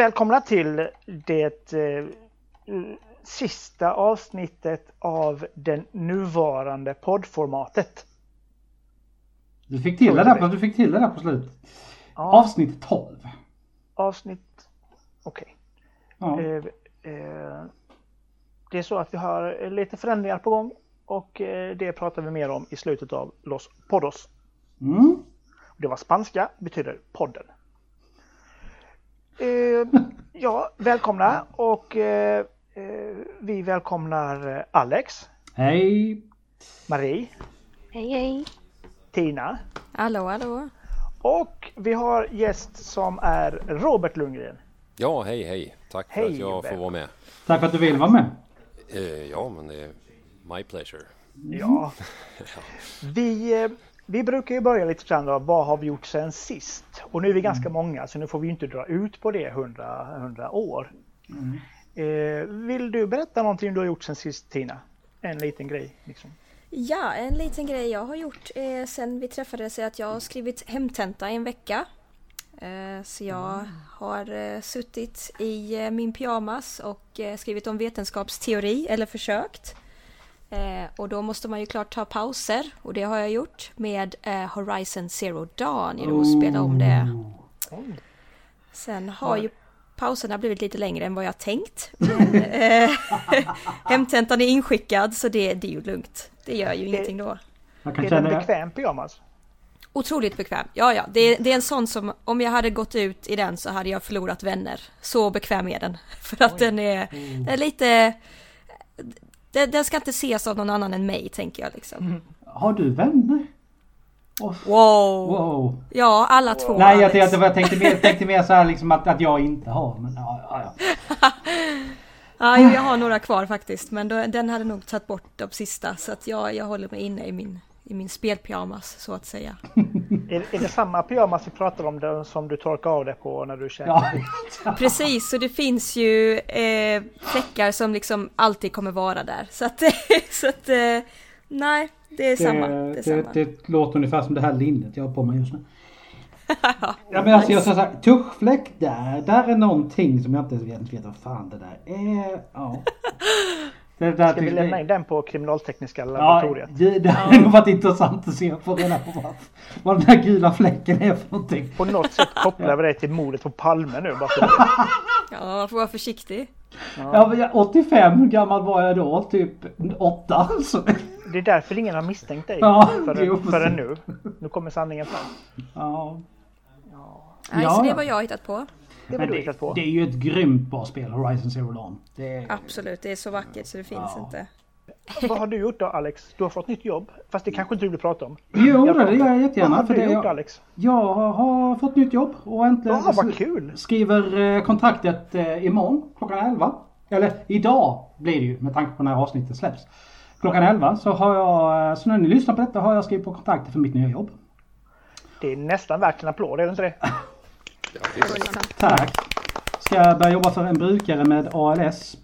Välkomna till det sista avsnittet av den nuvarande poddformatet. Du fick till det där på slutet. Ja. Avsnitt 12. Okej. Ja. Det är så att vi har lite förändringar på gång och det pratar vi mer om i slutet av Los Poddos. Det var spanska, betyder podden. Ja, välkomna och vi välkomnar Alex. Hej. Marie. Hej. Tina. Hallå. Och vi har gäst som är Robert Lundgren. Ja, hej. Tack för att jag får vara med. Tack för att du vill vara med. Ja, men det är my pleasure. Ja. Vi brukar ju börja lite grann då, vad har vi gjort sen sist? Och nu är vi ganska många, så nu får vi inte dra ut på det 100 år. Vill du berätta någonting du har gjort sen sist, Tina? En liten grej liksom. Ja, en liten grej jag har gjort sen vi träffades är att jag har skrivit hemtenta i en vecka. Så jag har suttit i min pyjamas och skrivit om vetenskapsteori, eller försökt. Och då måste man ju klart ta pauser, och det har jag gjort med Horizon Zero Dawn och spela om det. Sen har ju pauserna blivit lite längre än vad jag tänkt. Men hemtentan är inskickad, så det är ju lugnt. Det gör ju ingenting då. Är det en bekväm pyjamas? Otroligt bekväm. Ja. Det är en sån som, om jag hade gått ut i den så hade jag förlorat vänner. Så bekväm är den. För att den är lite... Den ska inte ses av någon annan än mig, tänker jag liksom. Har du vänner? Wow. Ja, alla två. Nej, jag tänkte mer så här liksom att jag inte har. Men ja. Ja, jag har några kvar faktiskt. Men den hade nog tagit bort de sista. Så att jag håller mig inne i min spelpyjamas, så att säga. Är det samma pyjamas vi pratar om det, som du torkar av det på när du känner? Ja. Precis, så det finns ju fläckar som liksom alltid kommer vara där. Så att nej, det är samma. Det låter ungefär som det här linnet jag har på mig just nu. Ja, men alltså jag sa så här, tuschfläck där är någonting som jag inte vet vad fan det där är. Ja. Ska vi lämna in den på kriminaltekniska laboratoriet? Ja, det har nog varit intressant att se på reda på vad den där gula fläcken är för någonting. På något sätt kopplar vi det till mordet på Palme nu. Bara ja, man får vara försiktig. Ja, 85, hur gammal var jag då? Typ 8 alltså. Det är därför ingen har misstänkt dig förrän nu. Nu kommer sanningen fram. Ja. Nej, så det är vad jag har hittat på. Det är ju ett grymt bra spel, Horizon Zero Dawn. Absolut, det är så vackert så det finns inte. Vad har du gjort då, Alex? Du har fått nytt jobb, fast det kanske inte du vill prata om. Jo, det gör jag jättegärna. Vad har du gjort, Alex? Jag har fått nytt jobb och äntligen vad kul. Skriver kontraktet imorgon klockan 11. Eller idag blir det ju, med tanke på när avsnittet släpps. Klockan 11 så har jag, så när ni lyssnar på detta har jag skrivit på kontraktet för mitt nya jobb. Det är nästan värt en applåd, är det inte det? Tack. Ska börja jobba för en brukare med ALS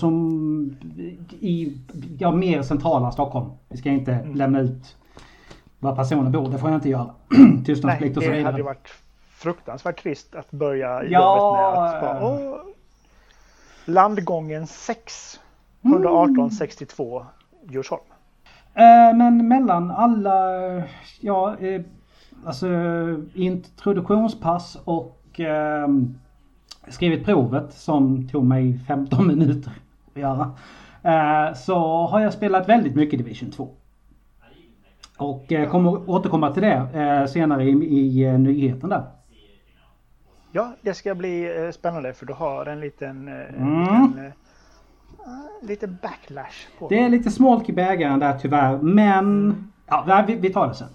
i mer centrala Stockholm. Vi ska inte lämna ut var personen bor, det får jag inte göra. Tystnadsplikt och så vidare. Det hade ju varit fruktansvärt trist att börja jobbet med att landgången 6 11862 Djursholm. Men mellan alla alltså introduktionspass och skrivit provet som tog mig 15 minuter att göra, så har jag spelat väldigt mycket Division 2. Och kommer återkomma till det senare i nyheten där. Ja, det ska bli spännande för du har en liten backlash på. Det är lite smolk i bägaren där tyvärr, men vi tar det sen.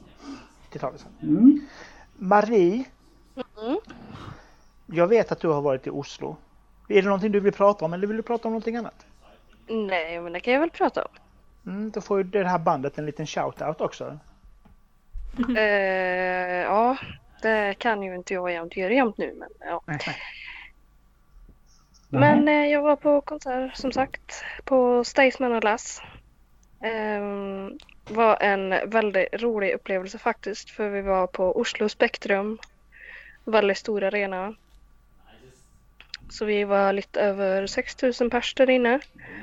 Marie, jag vet att du har varit i Oslo. Är det någonting du vill prata om eller vill du prata om någonting annat? Nej, men det kan jag väl prata om. Då får ju det här bandet en liten shoutout också. Ja, det kan ju inte jag göra jämt nu, men ja. Men jag var på konsert som sagt på Staysman och Lass. Var en väldigt rolig upplevelse faktiskt, för vi var på Oslo Spektrum, väldigt stor arena. Så vi var lite över 6000 pers där inne.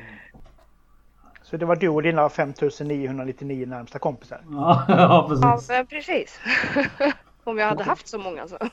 Så det var du och dina 5999 närmsta kompisar? Ja, precis. Ja, precis. Om jag hade haft så många så.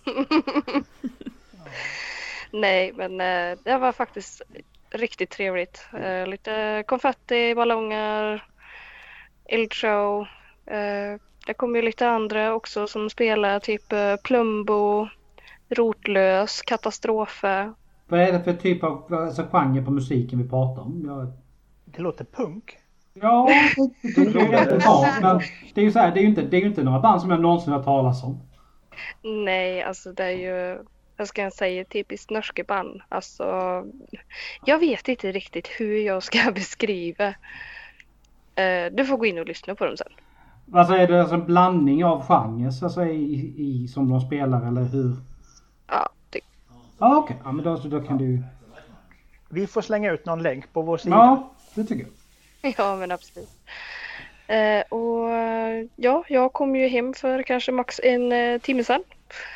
Nej, men det var faktiskt riktigt trevligt. Lite konfetti, ballonger, eldshow. Det kom ju lite andra också som spelar, typ Plumbo, Rotlös, Katastrofe. Vad är det för typ av genre på musiken vi pratar om? Det låter punk. Ja, det är rätt bra, men det är ju så här, det är ju inte några band som jag någonsin har talat om. Nej, alltså det är ju, jag ska säga, typiskt norska band. Alltså, jag vet inte riktigt hur jag ska beskriva. Du får gå in och lyssna på dem sen. Alltså är det alltså en blandning av genrer alltså i som de spelar, eller hur? Ja, Ja, okej. Ja, men då kan du... Vi får slänga ut någon länk på vår sida. Ja, det tycker jag. Ja, men absolut. Och ja, jag kom ju hem för kanske max en timme sedan.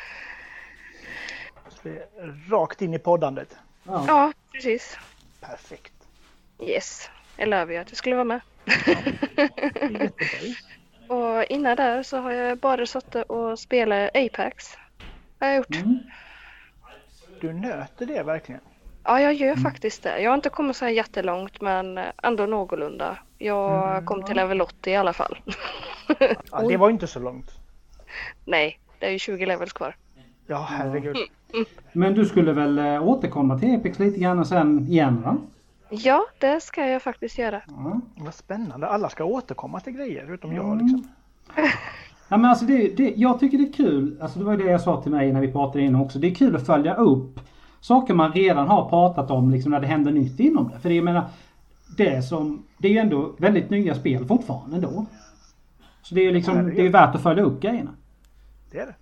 Rakt in i poddandet. Ja, precis. Perfekt. Yes, jag lovar ju att jag skulle vara med. Och innan där så har jag bara suttit och spelat Apex. Har jag gjort. Du nöter det verkligen? Ja, jag gör faktiskt det. Jag har inte kommit så här jättelångt, men ändå någorlunda. Jag kom till level 80 i alla fall. Ja, det var inte så långt. Nej, det är ju 20 levels kvar. Ja, herregud. Men du skulle väl återkomma till Apex lite grann sen igen, va? Ja, det ska jag faktiskt göra. Ja. Vad spännande. Alla ska återkomma till grejer, utom jag liksom. Ja, men alltså jag tycker det är kul. Alltså det var det jag sa till mig när vi pratade innan också. Det är kul att följa upp saker man redan har pratat om liksom när det händer nytt inom det. För jag menar, det är ju ändå väldigt nya spel fortfarande då. Så det är ju liksom, det är värt att följa upp grejerna. Det är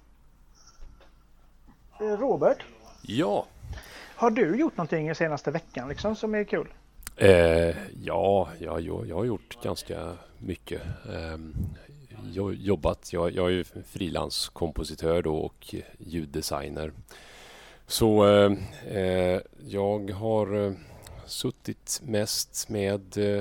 det. Robert? Ja. Har du gjort någonting i senaste veckan liksom som är kul? Ja, jag har gjort ganska mycket. Jag har jobbat, jag är ju frilanskompositör då och ljuddesigner. Så jag har suttit mest med,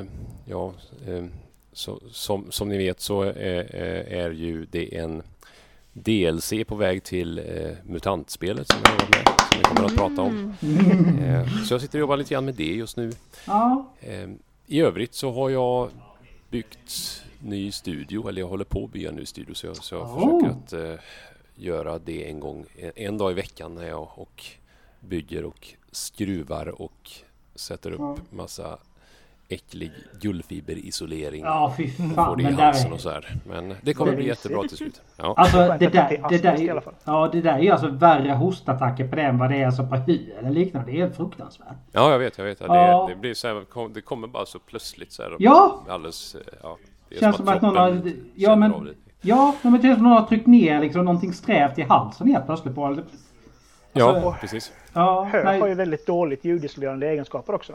som ni vet så är ju det en DLC på väg till MUTANT-spelet som jag har med, som vi kommer att prata om. Så jag sitter och jobbar lite grann med det just nu. Ja. I övrigt så har jag byggt ny studio, eller jag håller på att bygga en ny studio, så jag försöker att göra det en dag i veckan när jag bygger och skruvar och sätter upp massa äcklig guldfiberisolering. Ja, fy fan. Får det i halsen och så här. Men det kommer bli jättebra till slut. Ja. Alltså det där är ju alltså värre hostattacker på det än vad det är alltså på hy eller liknande. Det är helt fruktansvärt. Ja, jag vet. Ja. Det blir så här, det kommer bara så plötsligt så här. Ja. Alldeles, det känns som att någon har men det är som någon har tryckt ner liksom någonting strävt i halsen helt plötsligt på. Alltså, ja, precis. Ja, hö har ju väldigt dåligt ljudisolerande egenskaper också.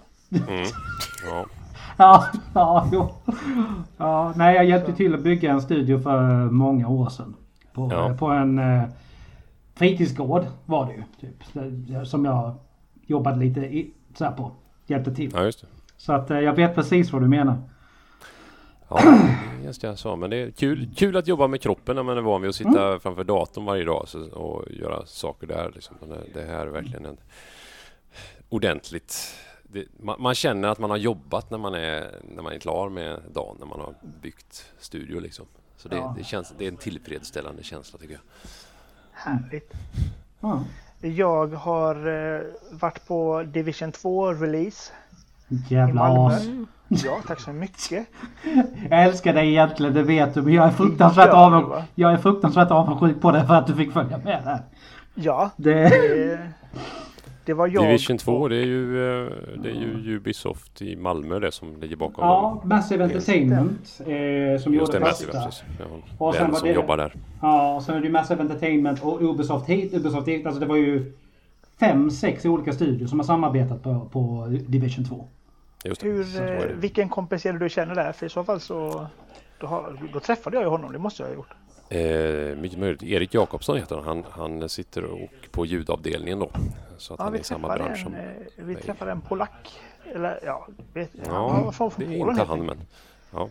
Ja, nej, jag hjälpte till att bygga en studio för många år sedan. På en fritidsgård var det ju. Typ, som jag jobbade lite så här på. Hjälpte till. Ja, just det. Så att jag vet precis vad du menar. Ja, just det, så. Men det är kul att jobba med kroppen när man är van vid att sitta framför datorn varje dag och göra saker där. Liksom. Det här är verkligen en ordentligt... Man känner att man har jobbat när man är klar med dagen, när man har byggt studio liksom. Så det är en tillfredsställande känsla tycker jag. Härligt. Jag har varit på Division 2 release i Malmö. Ja, tack så mycket. Jag älskar dig egentligen, det vet du, men jag är fruktansvärt avundsjuk på det för att du fick följa med där. Ja, det var jag. Division 2, det är ju Ubisoft i Malmö det som ligger bakom. Ja, Massive Entertainment som gjorde det första. Och sen som jobbar där. Ja, och sen är det Massive Entertainment och Ubisoft hit, alltså det var ju 5-6 olika studier som har samarbetat på Division 2. Just det. Vilken kompis är det du känner där? För i så fall så då träffade jag ju honom, det måste jag ha gjort. Mycket möjligt. Erik Jakobsson heter han. Han sitter och på ljudavdelningen då. Så att han är i samma bransch som vi träffade en polack. Eller ja, det är inte han men. Ja.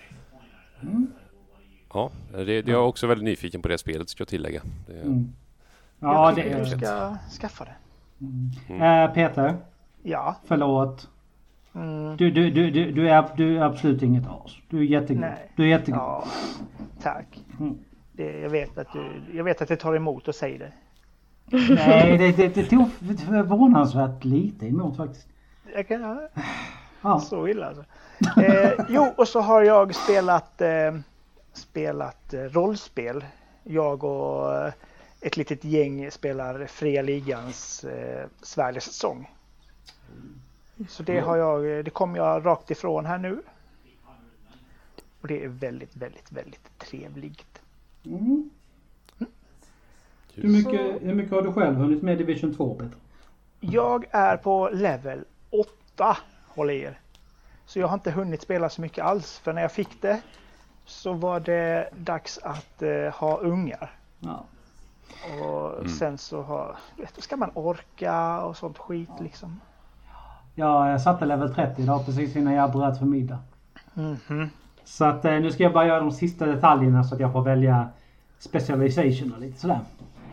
Ja, jag är också väldigt nyfiken på det spelet, ska jag tillägga. Ja, det är du ska skaffa det. Peter? Ja? Förlåt. Du är absolut inget as. Du är jättegod. Nej. Du är jättegod. Ja, tack. Jag vet att det tar emot att säga det. Nej, det tog förvånansvärt lite emot faktiskt. Så illa alltså. Jo, och så har jag spelat rollspel. Jag och ett litet gäng spelar Fria Ligans Sveriges säsong. Så det kommer jag rakt ifrån här nu. Och det är väldigt, väldigt, väldigt trevligt. Hur mycket har du själv hunnit med Division 2, Peter? Jag är på level 8, håll er. Så jag har inte hunnit spela så mycket alls. För när jag fick det så var det dags att ha ungar. Ja. Och sen så ska man orka och sånt skit liksom. Ja, jag satte level 30 idag precis innan jag bröt för middag. Så att nu ska jag bara göra de sista detaljerna så att jag får välja specialization och lite sådär.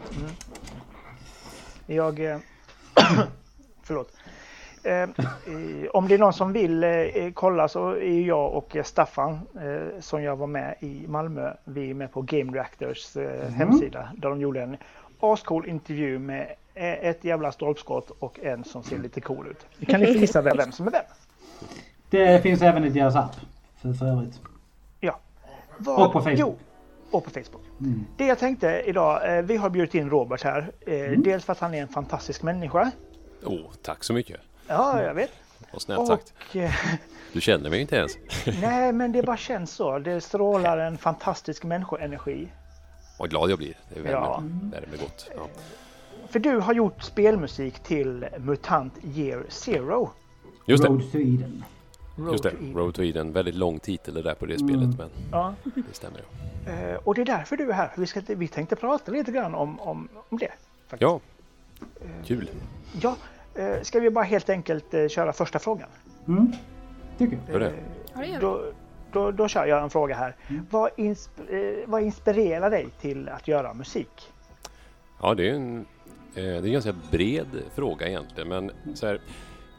Förlåt. Om det är någon som vill kolla så är jag och Staffan som jag var med i Malmö. Vi är med på Game Reactors hemsida där de gjorde en ascool intervju med ett jävla stolpskott och en som ser lite cool ut. Kan ni visa vem som är vem? Det finns även i deras app för övrigt. Ja. Och på Facebook. Jo, och på Facebook. Det jag tänkte idag, vi har bjudit in Robert här. Dels för att han är en fantastisk människa. Tack så mycket. Ja, jag vet. Och snällt sagt. Du känner mig inte ens. Nej, men det bara känns så. Det strålar en fantastisk människoenergi. Vad glad jag blir. Det värmer gott. Ja. För du har gjort spelmusik till Mutant Year Zero. Just det. Road to Eden. Road to Eden. Väldigt lång titel det där på det spelet, men det stämmer. Och det är därför du är här. Vi tänkte prata lite grann om det. Faktiskt. Ja, kul. Ja, ska vi bara helt enkelt köra första frågan? Tycker jag. Då kör jag en fråga här. Vad inspirerar dig till att göra musik? Ja, det är en ganska bred fråga egentligen, men så här,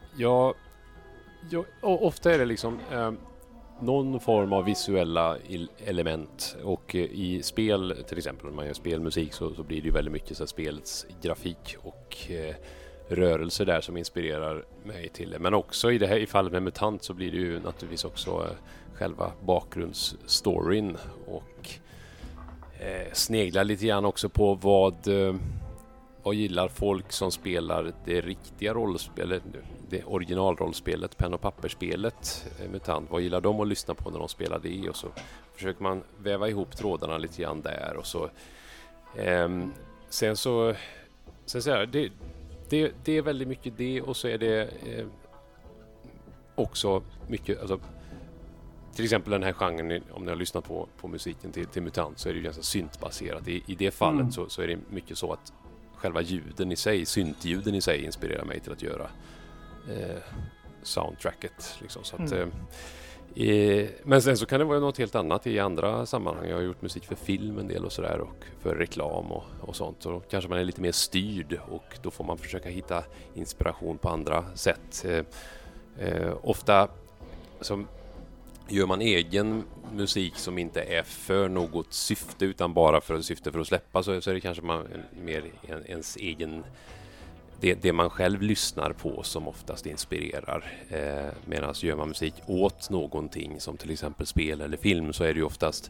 ofta är det liksom någon form av visuella element, och i spel till exempel, när man gör spelmusik så blir det ju väldigt mycket så här, spelets grafik och rörelser där som inspirerar mig till det. Men också i fallet med Mutant så blir det ju naturligtvis också själva bakgrundsstoryn, och sneglar lite grann också på vad gillar folk som spelar det riktiga rollspelet, det originalrollspelet, pen- och pappersspelet Mutant. Vad gillar de att lyssna på när de spelar det? Och så försöker man väva ihop trådarna lite grann där. Och så sen så det är väldigt mycket det, och så är det också mycket, alltså, till exempel den här genren, om ni har lyssnat på musiken till Mutant, så är det ju ganska syntbaserat. I det fallet så är det mycket så att själva ljuden i sig, syntljuden i sig, inspirerar mig till att göra soundtracket liksom, så att, men sen så kan det vara något helt annat i andra sammanhang. Jag har gjort musik för film en del och sådär, och för reklam och sånt, så kanske man är lite mer styrd, och då får man försöka hitta inspiration på andra sätt. Ofta som gör man egen musik som inte är för något syfte utan bara för syfte för att släppa, så är det kanske mer ens egen, det man själv lyssnar på som oftast inspirerar. Medan gör man musik åt någonting som till exempel spel eller film, så är det ju oftast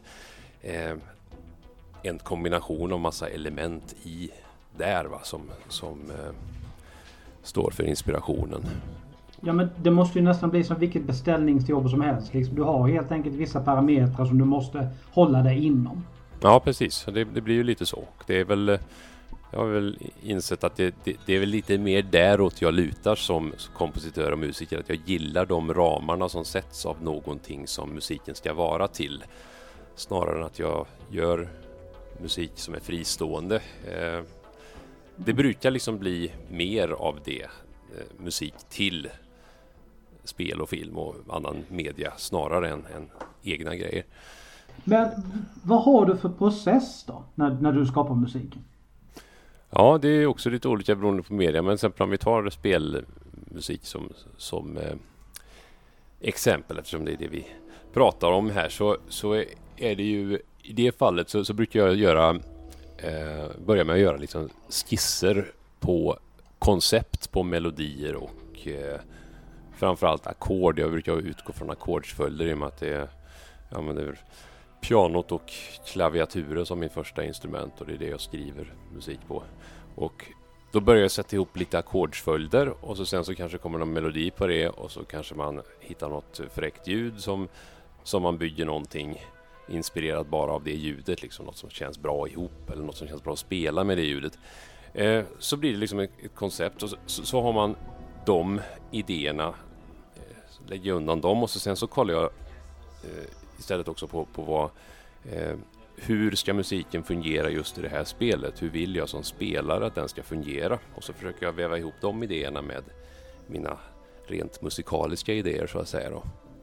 en kombination av massa element i där, va, som står för inspirationen. Ja, men det måste ju nästan bli som vilket beställningsjobb som helst. Liksom, du har helt enkelt vissa parametrar som du måste hålla dig inom. Ja, precis. Det blir ju lite så. Det är väl, jag har väl insett att det är väl lite mer däråt jag lutar som kompositör och musiker. Att jag gillar de ramarna som sätts av någonting som musiken ska vara till. Snarare än att jag gör musik som är fristående. Det brukar liksom bli mer av det, musik till spel och film och annan media snarare än egna grejer. Men vad har du för process då när du skapar musiken? Ja, det är också lite olika beroende på media, men exempel om vi tar spelmusik som exempel, eftersom det är det vi pratar om här, så är det ju i det fallet så brukar jag börja med att göra liksom skisser på koncept, på melodier och framförallt ackord. Jag brukar utgå från ackordsföljder i och med att det är pianot och klaviaturen som min första instrument, och det är det jag skriver musik på. Och då börjar jag sätta ihop lite ackordsföljder och sen så kanske kommer någon melodi på det, och så kanske man hittar något fräckt ljud som man bygger någonting inspirerat bara av det ljudet, liksom något som känns bra ihop eller något som känns bra att spela med det ljudet. Så blir det liksom ett koncept, och så har man de idéerna, lägger undan dem, och sen så kollar jag istället också på vad hur ska musiken fungera just i det här spelet? Hur vill jag som spelare att den ska fungera? Och så försöker jag väva ihop de idéerna med mina rent musikaliska idéer, så att säga då.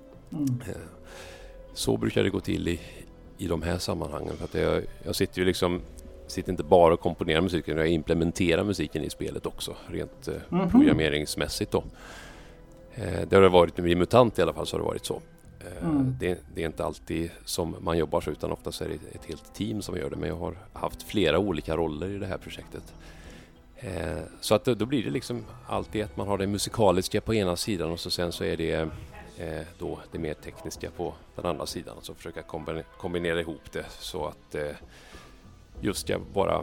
Så brukar det gå till i de här sammanhangen, för att jag sitter ju liksom inte bara och komponerar musiken, jag implementerar musiken i spelet också, rent programmeringsmässigt då. Det har det varit med MUTANT i alla fall, så har det varit så. Det är inte alltid som man jobbar så, utan oftast är det ett helt team som gör det, men jag har haft flera olika roller i det här projektet. Så att då blir det liksom alltid att man har det musikaliska på ena sidan, och sen så är det då det mer tekniska på den andra sidan, och så försöka kombinera ihop det så att just ska vara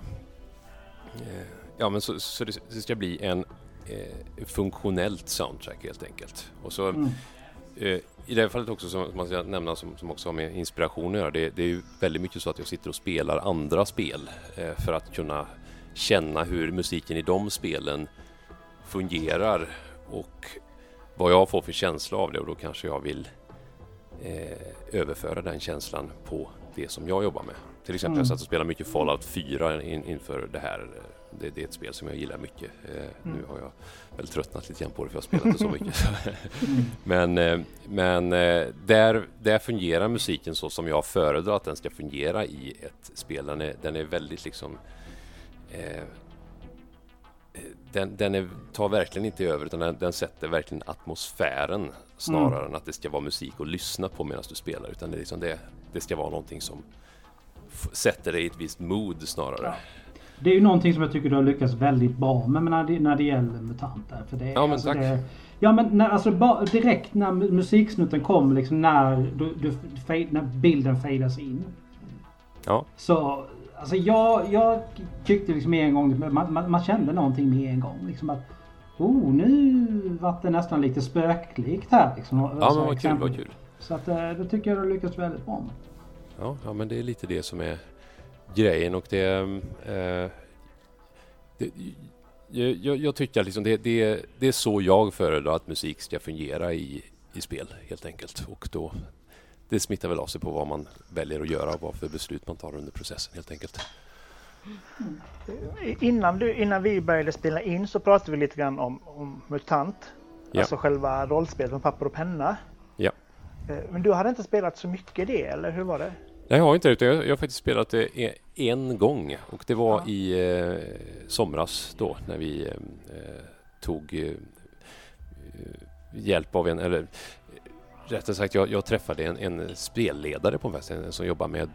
så det ska bli en funktionellt soundtrack helt enkelt. Och så i det här fallet också, som man ska nämna, som också har med inspiration att göra, det är ju väldigt mycket så att jag sitter och spelar andra spel för att kunna känna hur musiken i de spelen fungerar och vad jag får för känsla av det, och då kanske jag vill överföra den känslan på det som jag jobbar med. Till exempel jag satt och spelade mycket Fallout 4 inför det här. Det är ett spel som jag gillar mycket. Nu har jag väl tröttnat lite grann på det, för jag har spelat det så mycket. Men där fungerar musiken så som jag föredrar att den ska fungera i ett spel. Den är väldigt liksom den tar verkligen inte över, utan den sätter verkligen atmosfären snarare än att det ska vara musik att lyssna på medan du spelar, utan det är liksom det ska vara någonting som sätter dig i ett visst mood snarare. Ja. Det är ju någonting som jag tycker du har lyckats väldigt bra med när det gäller MUTANT. För det, ja, men alltså tack. Direkt när musiksnutten kom, liksom när bilden fadas in. Ja. Så alltså jag tyckte liksom en gång, man kände någonting med en gång. Liksom att, nu var det nästan lite spöklikt här. Liksom, ja, men vad kul. Så att då tycker jag du har lyckats väldigt bra med. Ja, men det är lite det som är grejen, och jag tycker liksom det är så jag föredrar att musik ska fungera i spel helt enkelt, och då det smittar väl av sig på vad man väljer att göra och vad för beslut man tar under processen helt enkelt. Innan vi började spela in så pratade vi lite grann om MUTANT, alltså själva rollspelet med papper och penna. Ja. Men du hade inte spelat så mycket det, eller hur var det? Nej, jag har inte det. Jag har faktiskt spelat det en gång, och det var i somras då, när vi tog hjälp av eller rättare sagt jag träffade en spelledare på västen som jobbar med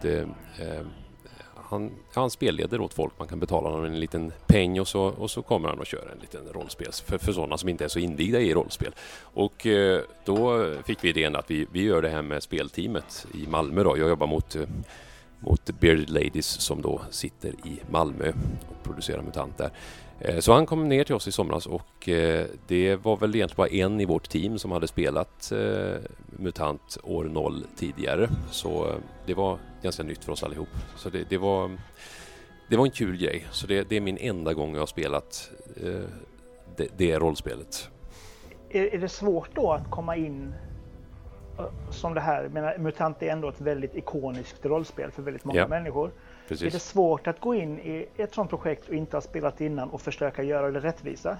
han spelleder åt folk. Man kan betala honom en liten peng, och så kommer han och kör en liten rollspel för sådana som inte är så invigda i rollspel. Och då fick vi idén att vi gör det här med spelteamet i Malmö då. Jag jobbar mot Bearded Ladies som då sitter i Malmö och producerar MUTANT där. Så han kom ner till oss i somras, och det var väl egentligen bara en i vårt team som hade spelat MUTANT år 0 tidigare. Så det var ganska nytt för oss allihop. Så det var en kul grej. Så det är min enda gång jag har spelat det rollspelet. Är det svårt då att komma in som det här, men MUTANT är ändå ett väldigt ikoniskt rollspel för väldigt många människor. Precis. Är det svårt att gå in i ett sånt projekt och inte ha spelat innan och försöka göra det rättvisa?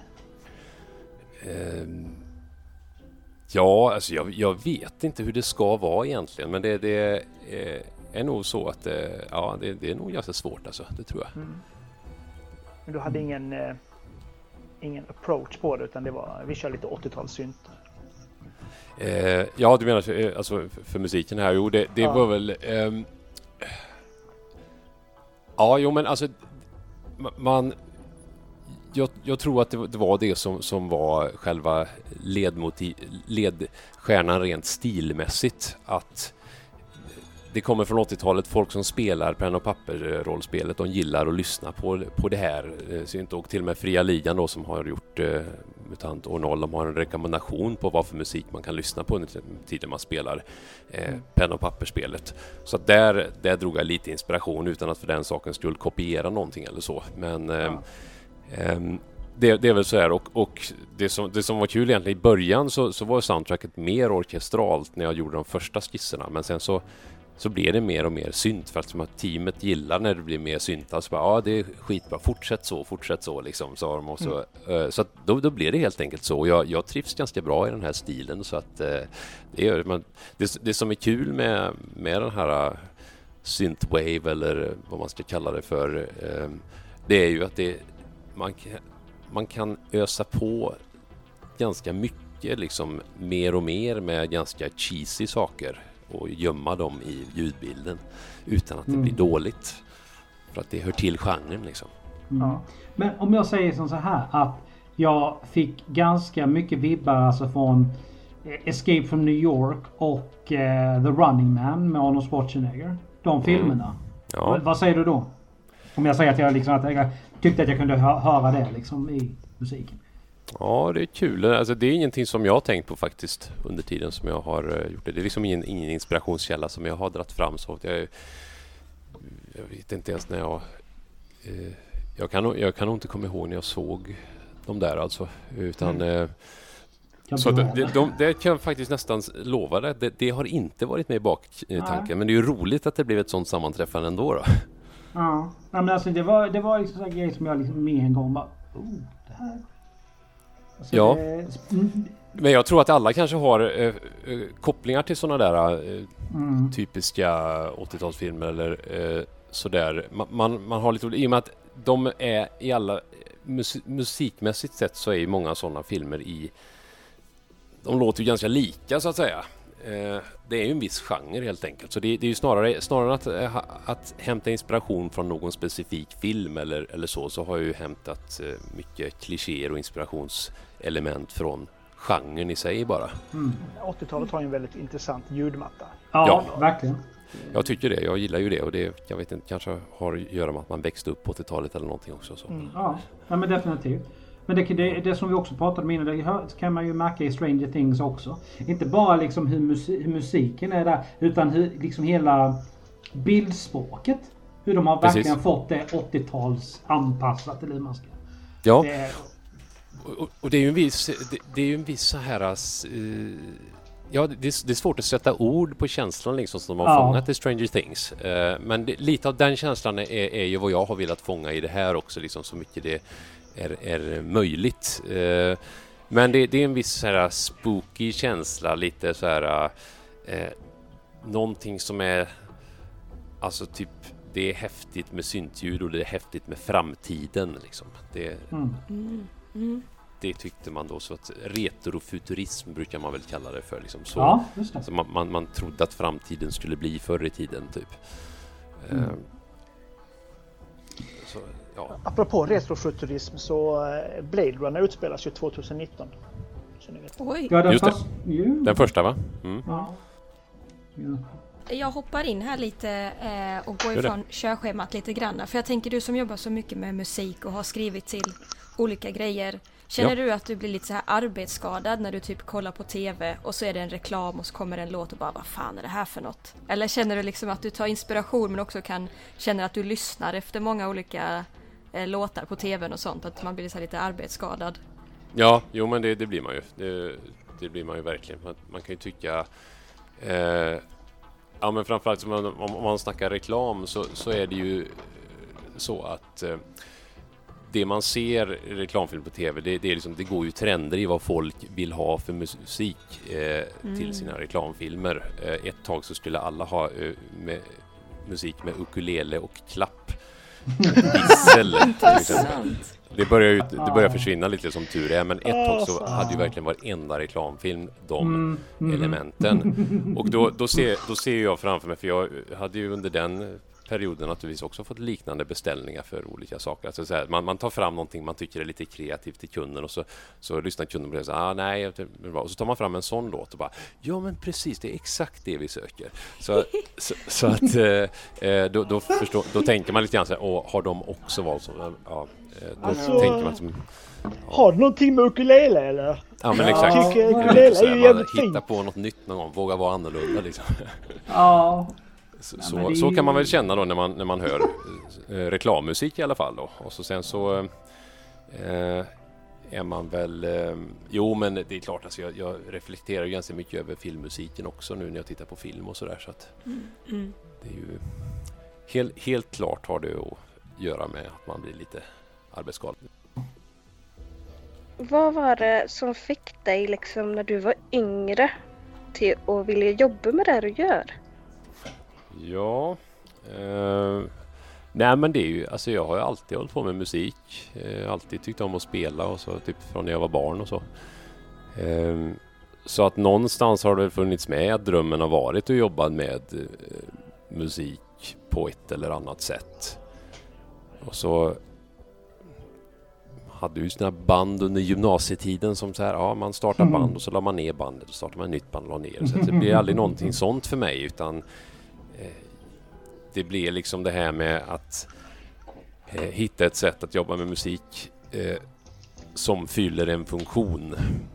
Ja, alltså jag vet inte hur det ska vara egentligen, men det är nog så att det är nog ganska svårt alltså, det tror jag. Men du hade ingen approach på det, utan det var, vi kör lite 80-talssynt. Ja, du menar alltså för musiken här? Jo, det var väl... men alltså jag tror att det var det som var själva ledstjärnan rent stilmässigt, att det kommer från 80-talet, folk som spelar penna och papper-rollspelet, de gillar att lyssna på det här. Och till och med Fria Ligan då, som har gjort MUTANT år 0, de har en rekommendation på vad för musik man kan lyssna på under tiden man spelar penna och papperspelet. Så att där drog jag lite inspiration utan att för den saken skulle kopiera någonting eller så. Men det är väl så här, och det som var kul egentligen i början så var soundtracket mer orkestralt när jag gjorde de första skisserna, men sen så blir det mer och mer synt, för att teamet gillar när det blir mer synta, så bara, det är skitbra, fortsätt så liksom, sa de också. Så att då blir det helt enkelt så. Jag trivs ganska bra i den här stilen, så att det som är kul med den här synthwave, eller vad man ska kalla det för, det är ju att man kan ösa på ganska mycket liksom, mer och mer med ganska cheesy saker och gömma dem i ljudbilden utan att det blir dåligt, för att det hör till genren liksom. Men om jag säger som så här, att jag fick ganska mycket vibbar alltså från Escape from New York och The Running Man med Arnold Schwarzenegger, de filmerna. Vad säger du då? Om jag säger att jag tyckte att jag kunde höra det liksom i musiken. Ja, det är kul. Alltså, det är ingenting som jag har tänkt på faktiskt under tiden som jag har gjort det. Det är liksom ingen inspirationskälla som jag har dratt fram. Så jag vet inte ens när jag kan nog inte komma ihåg när jag såg de där alltså. Utan, så det kan jag faktiskt nästan lova det. Det har inte varit med i baktanken. Men det är ju roligt att det blev ett sånt sammanträffande ändå då. Ja, men alltså det var liksom en grej som jag liksom med en gång bara, det här. Alltså ja, men jag tror att alla kanske har kopplingar till sådana där typiska 80-talsfilmer eller sådär. Man har lite, i och med att de är i alla musikmässigt sett, så är ju många sådana filmer de låter ju ganska lika så att säga. Det är ju en viss genre helt enkelt. Så det är ju snarare att hämta inspiration från någon specifik film eller så har jag ju hämtat mycket klichéer och inspirationselement från genren i sig bara. 80-talet har ju en väldigt intressant ljudmatta. Ja, verkligen. Jag tycker det, jag gillar ju det, och det, jag vet inte, kanske har att göra med att man växte upp på 80-talet eller någonting också. Så. Ja, men definitivt. Men det som vi också pratade om innan, det kan man ju märka i Stranger Things också. Inte bara liksom hur musiken är där, utan hur liksom hela bildspråket. Hur de har verkligen fått det 80-tals anpassat till hur man ska. Ja, och det är ju en viss så här... Ja, det är svårt att sätta ord på känslan liksom som de har fångat i Stranger Things. Men lite av den känslan är ju vad jag har velat fånga i det här också, liksom så mycket det är möjligt. Men det är en viss så här spooky känsla, lite så här någonting som är alltså typ, det är häftigt med syntljud och det är häftigt med framtiden liksom. Det tyckte man då, så att retrofuturism brukar man väl kalla det för liksom, så, ja, just det. Så man trodde att framtiden skulle bli förr i tiden typ. Så, ja. Apropå retrofuturism, så Blade Runner utspelas ju 2019. Så ni vet. Oj. Ja, just det. Den första, va? Ja. Jag hoppar in här lite och går ifrån körschemat lite grann. För jag tänker, du som jobbar så mycket med musik och har skrivit till olika grejer. Känner du att du blir lite så här arbetsskadad när du typ kollar på tv och så är det en reklam och så kommer en låt och bara, vad fan är det här för något? Eller känner du liksom att du tar inspiration men också känner att du lyssnar efter många olika låtar på tvn och sånt, att man blir så här lite arbetsskadad? Ja, jo men det blir man ju. Det blir man ju verkligen. Man kan ju tycka Ja, men framförallt om man snackar reklam så är det ju så att det man ser i reklamfilm på tv, det är liksom, det går ju trender i vad folk vill ha för musik till sina reklamfilmer. Ett tag så skulle alla ha musik med ukulele och klapp. Vissel. Det börjar försvinna lite som tur är, men ett tag så hade ju verkligen varenda reklamfilm de elementen. Och då ser jag framför mig, för jag hade ju under den perioden naturligtvis också fått liknande beställningar för olika saker. Alltså så här, man tar fram någonting man tycker är lite kreativt till kunden, och så lyssnar kunden på det och säger nej, och så tar man fram en sån låt och bara, ja men precis, det är exakt det vi söker. Så att då tänker man lite grann så här, har de också valt så? Ja, då tänker man som, har du någonting med ukulele eller? Ja, men exakt. Jag tycker ukulele är ju jävligt fint. Hitta på något nytt någon gång, våga vara annorlunda liksom. Ja. Så kan man väl känna då när man hör reklammusik i alla fall då. Och så sen så är man väl jo, men det är klart, alltså jag reflekterar ju ganska mycket över filmmusiken också nu när jag tittar på film och sådär, så att det är ju helt klart har det att göra med att man blir lite arbetsskadad. Vad var det som fick dig liksom när du var yngre till att vilja jobba med det du gör? Ja, nej men det är ju, alltså jag har ju alltid hållit på med musik, alltid tyckt om att spela och så, typ från när jag var barn och så. Så att någonstans har det funnits med att drömmen har varit att jobba med musik på ett eller annat sätt. Och så hade ju såna band under gymnasietiden som så här, ja, man startar band och så la man ner bandet och startar man ett nytt band och la ner. Så det blir aldrig någonting sånt för mig, utan det blir liksom det här med att hitta ett sätt att jobba med musik som fyller en funktion.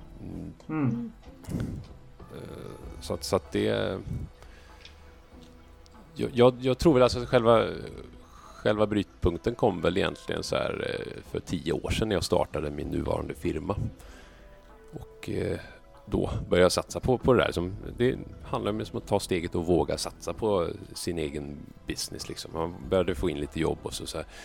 Så att det... Jag tror väl alltså att själva brytpunkten kom väl egentligen så här för 10 år sedan när jag startade min nuvarande firma. Och då började jag satsa på det där. Det handlar om att ta steget och våga satsa på sin egen business. Liksom. Man började få in lite jobb och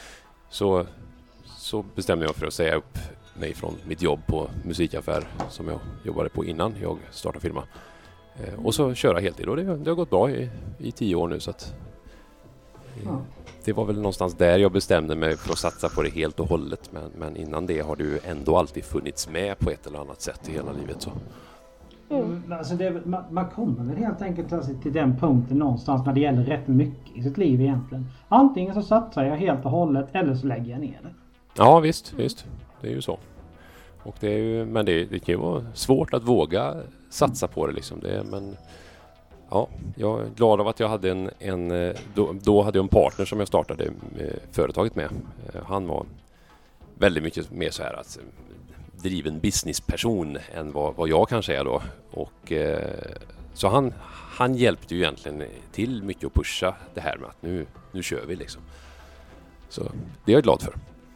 så bestämde jag för att säga upp mig från mitt jobb på musikaffär som jag jobbade på innan jag startade firma. Och så köra heltid. Och det har gått bra i 10 år nu, så att det var väl någonstans där jag bestämde mig för att satsa på det helt och hållet. Men innan det har det ju ändå alltid funnits med på ett eller annat sätt i hela livet. Så. Alltså man kommer väl helt enkelt alltså till den punkten någonstans när det gäller rätt mycket i sitt liv egentligen. Antingen så satsar jag helt och hållet eller så lägger jag ner det. Ja, visst. Det är ju så. Och det är ju, men det kan ju vara svårt att våga satsa på det liksom. Men ja, jag är glad av att jag hade då hade jag en partner som jag startade företaget med. Han var väldigt mycket mer så här att driven businessperson än vad jag kanske är då. Och så han hjälpte ju egentligen till mycket att pusha det här med att nu kör vi liksom. Så det är jag glad för.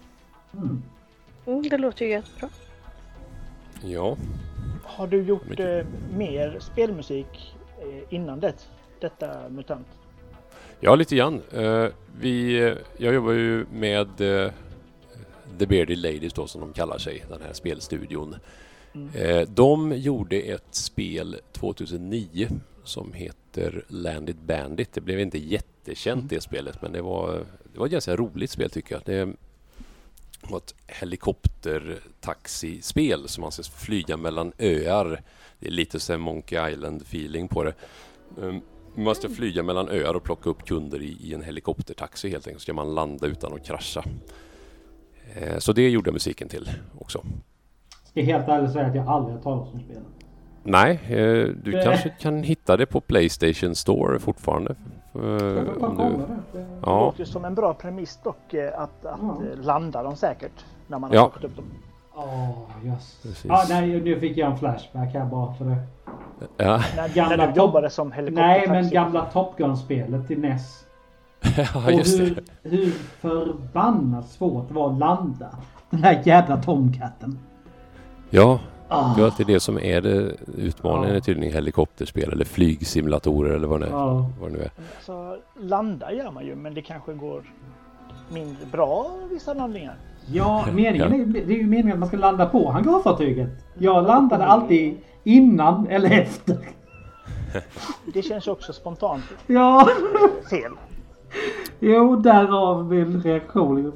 Det låter ju jättebra. Ja. Har du gjort mer spelmusik innan detta MUTANT? Ja, lite grann. Jag jobbar ju med The Bearded Ladies då, som de kallar sig, den här spelstudion. De gjorde ett spel 2009 som heter Landed Bandit. Det blev inte jättekänt det spelet, men det var ett ganska roligt spel tycker jag. Det var ett helikoptertaxispel som man ska flyga mellan öar. Det är lite så Monkey Island feeling på det. Man ska flyga mellan öar och plocka upp kunder i en helikoptertaxi helt enkelt. Så ska man landa utan att krascha. Så det gjorde musiken till också. Ska jag helt ärligt säga att jag aldrig har talat om spelet. Nej, du kanske kan hitta det på PlayStation Store fortfarande. Det låter som en bra premiss dock att landa dem säkert när man har plockat upp dem. Yes. Nu fick jag en flashback här bara för det. Ja. När du jobbade som helikoptertaxi. Nej, men gamla Top Gun-spelet till NES. Ja, just det. Hur förbannat svårt det var att landa den här jävla Tomcatten. Ja. Det är alltid det som är det utmaningen, är tydligen helikopterspel eller flygsimulatorer eller vad det nu är. Så landa gör man ju, men det kanske går mindre bra vissa landningar. Ja, det är ju meningen att man ska landa på hangarfartyget. Jag landade alltid innan eller efter. Det känns också spontant fel. Jo, därav min reaktion.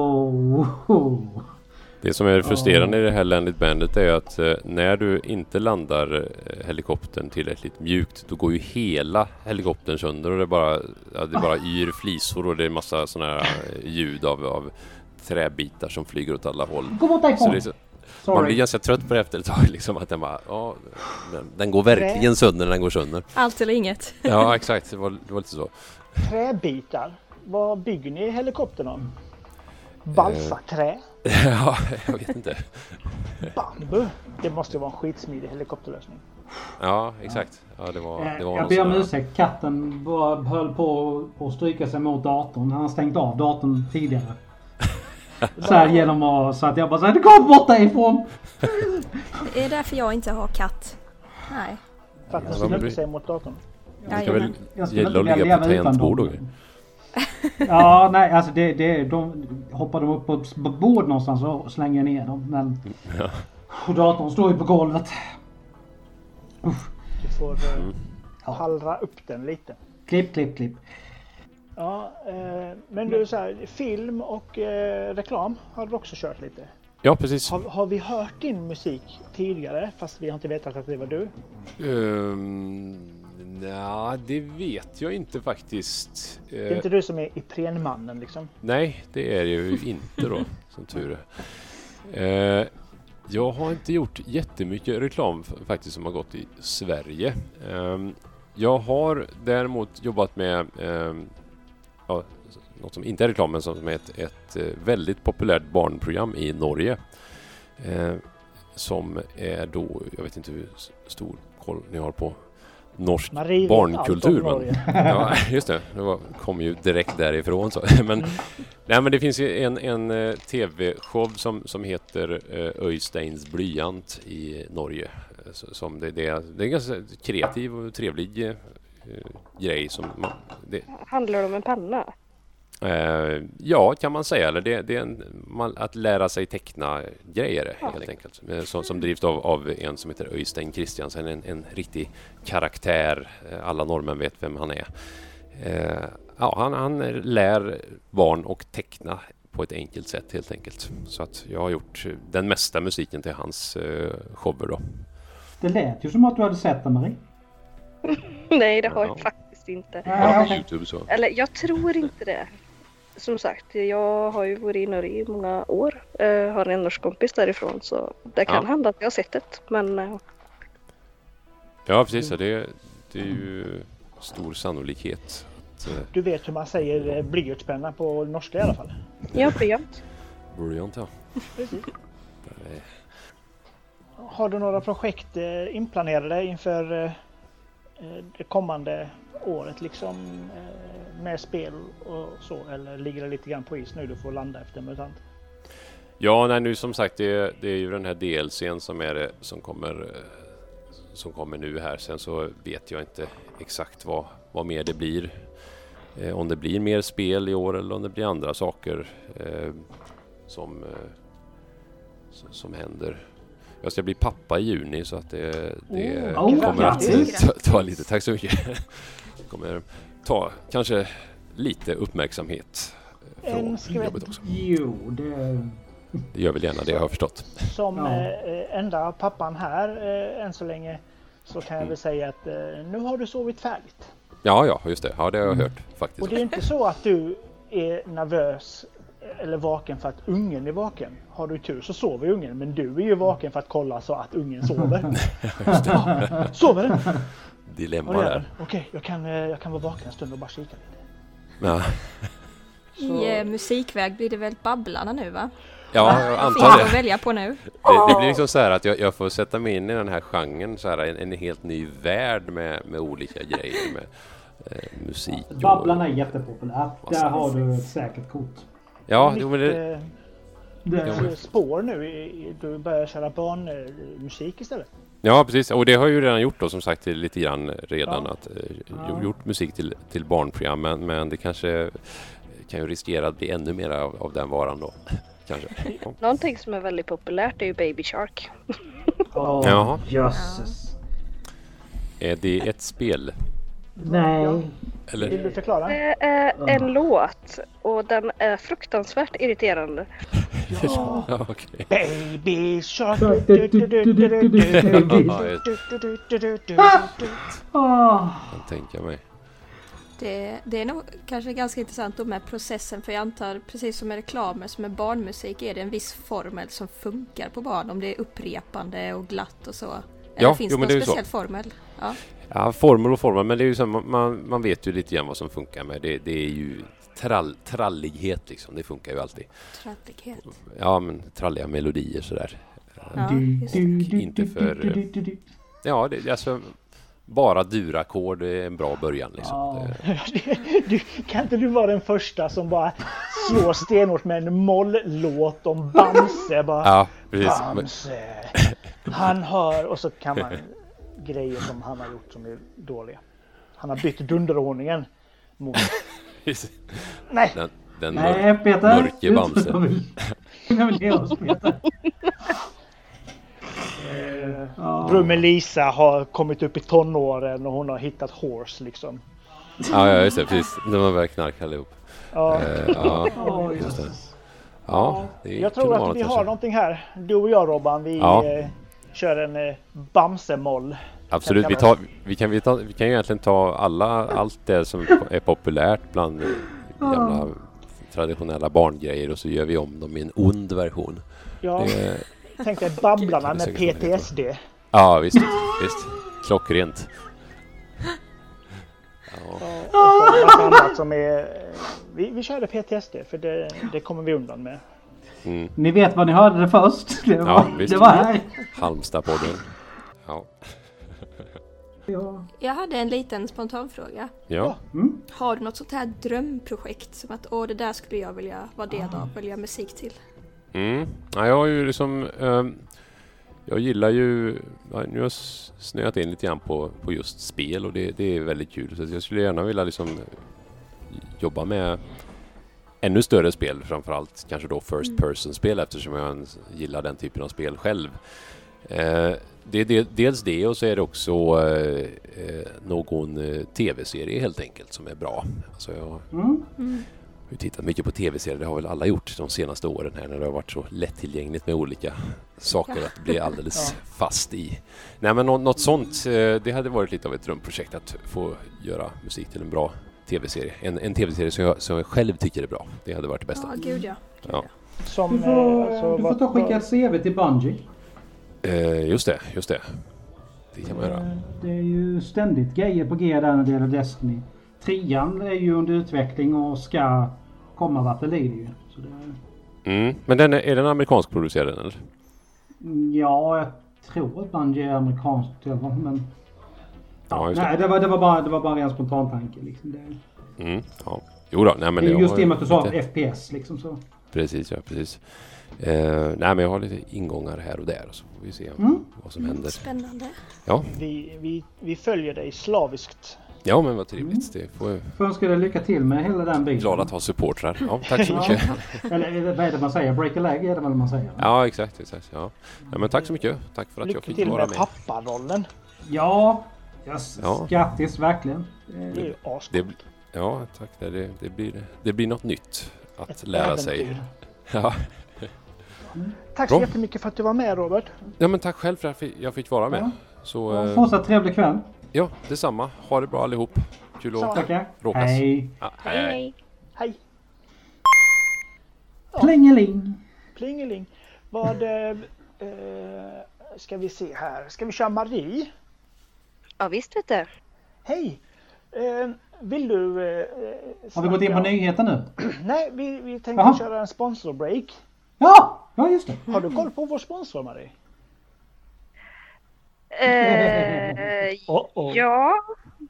Det som är frustrerande i det här Land It Bandit är att när du inte landar helikoptern tillräckligt mjukt, då går ju hela helikoptern sönder och det är bara yr flisor och det är massa sådana här ljud av träbitar som flyger åt alla håll. Gå bort därifrån! Man blir ganska trött på det efter ett tag liksom, att den går verkligen sönder när den går sönder. Allt eller inget. Ja, exakt. Det var lite så. Träbitar. Vad bygger ni helikoptern om? Balsaträ? Ja, jag vet inte. Bambu? Det måste vara en skitsmidig helikopterlösning. Ja, exakt. Ja, det var jag ber om ursäkt. Katten höll på att stryka sig mot datorn. Han har stängt av datorn tidigare. Så här så att jag bara säger, kom bort ifrån. Det är därför jag inte har katt. Nej. För att den stryker sig mot datorn. Det kan väl gälla att ligga på tangentbord och grejer. Ja, nej, alltså de hoppar upp på ett bord någonstans och slänger ner dem. Men och datorn står ju på golvet. Du får pallra upp den lite. Klipp. Ja, men du så här, film och reklam har du också kört lite. Ja, precis. Har vi hört din musik tidigare fast vi har inte vetat att det var du? Nej, det vet jag inte faktiskt. Det är inte du som är Iprenmannen liksom? Nej, det är ju inte då, som tur är. Jag har inte gjort jättemycket reklam faktiskt som har gått i Sverige. Jag har däremot jobbat med något som inte är reklam, men som är ett väldigt populärt barnprogram i Norge. Som är då, jag vet inte hur stor koll ni har på norsk barnkultur. Ja, just det. Det kom ju direkt därifrån. Så. Men det finns ju en tv-show som heter Øysteins blyant i Norge. Som det är en ganska kreativ och trevlig grej. Handlar det om en penna? Ja, kan man säga. Eller det är att lära sig teckna grejer helt enkelt. Som drivs av en som heter Øystein Christiansen, en riktig karaktär. Alla norrmän vet vem han är. Han lär barn och teckna på ett enkelt sätt helt enkelt. Så att jag har gjort den mesta musiken till hans shower då. Det lät ju som att du hade sett den, Marie. Nej, det har jag faktiskt inte. YouTube, så. Eller jag tror inte det. Som sagt, jag har ju varit i Norge i många år. Har en norsk kompis därifrån, så det kan hända att jag har sett det. Men... Ja, precis. Det är ju stor sannolikhet. Du vet hur man säger blyertspenna på norska i alla fall? Ja, blyant. Blyant, ja. Precis. Har du några projekt inplanerade inför det kommande året liksom med spel och så, eller ligger det lite grann på is nu du får landa efter MUTANT? Ja, nej, nu som sagt det är ju den här DLC:n som kommer nu här. Sen så vet jag inte exakt vad mer det blir. Om det blir mer spel i år eller om det blir andra saker som händer. Jag ska bli pappa i juni, så att det kommer att ta lite. Tack så mycket. Det kommer ta kanske lite uppmärksamhet från jobbet också. Jo, det gör väl gärna det, jag har förstått. Som enda pappan här än så länge, så kan jag väl säga att nu har du sovit färdigt. Ja, just det. Ja, det har jag hört faktiskt. Och det är inte så att du är nervös eller vaken för att ungen är vaken. Har du tur så sover ungen, men du är ju vaken för att kolla så att ungen sover. Sover den? Dilemma där. Okej, jag kan vara vaken en stund och bara kika lite. Ja. I musikväg blir det väl Babblarna nu, va? Ja, jag antar det. Att välja på nu. Det blir liksom så här att jag får sätta mig in i den här genren, så här en helt ny värld med olika grejer, med musik. Babblarna är jättepopulärt. Där har du ett säkert kort. Ja, spår nu. Du börjar köra barnmusik istället. Ja, precis. Och det har jag ju redan gjort då, som sagt, lite grann redan. Att gjort musik till barnprogram. Men det kanske kan ju riskera att bli ännu mer av den varan då. Kanske. Ja. Någonting som är väldigt populärt är ju Baby Shark. Jaha. Jösses. Är det ett spel? Nej. Eller? Vill du förklara? Det är en låt och den är fruktansvärt irriterande. Ja, okej. Baby Shark. Jag tänker mig. Det är nog kanske ganska intressant då med processen, för jag antar precis som med reklamer som med barnmusik är det en viss formel som funkar på barn, om det är upprepande och glatt och så. Eller finns det någon speciell formel? Ja, formel, men det är ju så, man vet ju lite grann vad som funkar med det. Det är ju trallighet liksom, det funkar ju alltid. Trallighet? Ja, men tralliga melodier sådär. Ja, inte för... Ja, det är alltså... Bara durackord är en bra början liksom. Kan inte du vara den första som bara slår stenhårt med en moll-låt om Bamse? Bara, ja, precis. Bamse, han hör, och så kan man grejer som han har gjort som är dåliga. Han har bytt dunderordningen mot... Nej. Den Peter. mörke Bamse. Brummelisa har kommit upp i tonåren och hon har hittat horse liksom. Ja, just det, precis. När man börjar knarka allihop. Ja. Just det. Ja, det är jag tror att vi har någonting här. Du och jag, Robban, vi kör en Bamse-moll. Absolut, vi kan ju egentligen ta allt det som är populärt bland gamla traditionella barngrejer och så gör vi om dem i en ond version. Ja. Tänk dig Babblarna med PTSD. Ja, visst. Klockrent. Och annat som är... Vi körde PTSD, för det kommer vi undan med. Mm. Ni vet vad ni hörde det först. Det var här. Halmstad-podden. Ja. Jag hade en liten spontan fråga. Ja. Mm. Har du något sånt här drömprojekt som att det där skulle jag vilja vara del av, välja musik till? Ja, jag har ju liksom... jag gillar ju... Nu har jag snöat in lite grann på just spel och det är väldigt kul. Så jag skulle gärna vilja liksom jobba med ännu större spel, framförallt kanske då first person spel, eftersom jag gillar den typen av spel själv. Det är dels det, och så är det också någon tv-serie helt enkelt som är bra. Alltså jag har tittat mycket på tv-serier, det har väl alla gjort de senaste åren här när det har varit så lättillgängligt med olika saker att bli alldeles fast i. Nej, men något sånt, det hade varit lite av ett drömprojekt att få göra musik till en bra tv-serie. En tv-serie som jag själv tycker är bra. Det hade varit det bästa. Ja, gud ja. Som, du får ta skicka ett CV till Bungie. Just det. Det kan man göra. Det är ju ständigt grejer på G där när det gäller Destiny. 3:an är ju under utveckling och ska komma vart det lider ju. Så det... Men är den amerikansk producerad eller? Ja, jag tror att Bungie är amerikanskt, men... nej, det var bara en spontan tanke liksom. Jo då, nej, men det är just det med att du sa FPS liksom så. Precis. Nej, men jag har lite ingångar här och där och så får vi se vad som händer. Spännande. Ja. Vi följer dig slaviskt. Ja, men vad trevligt. Det får jag önska dig lycka till med hela den biten. Glad att ha supportrar. Ja, tack så mycket. Eller vad är det man säger? Break a leg är det väl man säger? Ja, exakt. Ja. Men tack så mycket. Tack för att jag fick vara med. Lycka till med papparollen. Ja, grattis verkligen. Det är asbra. Ja, tack. Det blir något nytt att lära sig. Ja. Tack så jättemycket för att du var med, Robert. Ja, men tack själv för att jag fick vara med. Så, fortsatt trevlig kväll. Ja, detsamma. Ha det bra allihop. Kul att råkas. Hej. Hej. Hej. Plingeling. Vad ska vi se här? Ska vi köra Marie? Ja, visst vet du. Hej. Vill du... har vi gått in på nyheter nu? Nej, vi tänkte köra en sponsorbreak. Ja, just det. Har du koll på vår sponsor, Marie? Ja.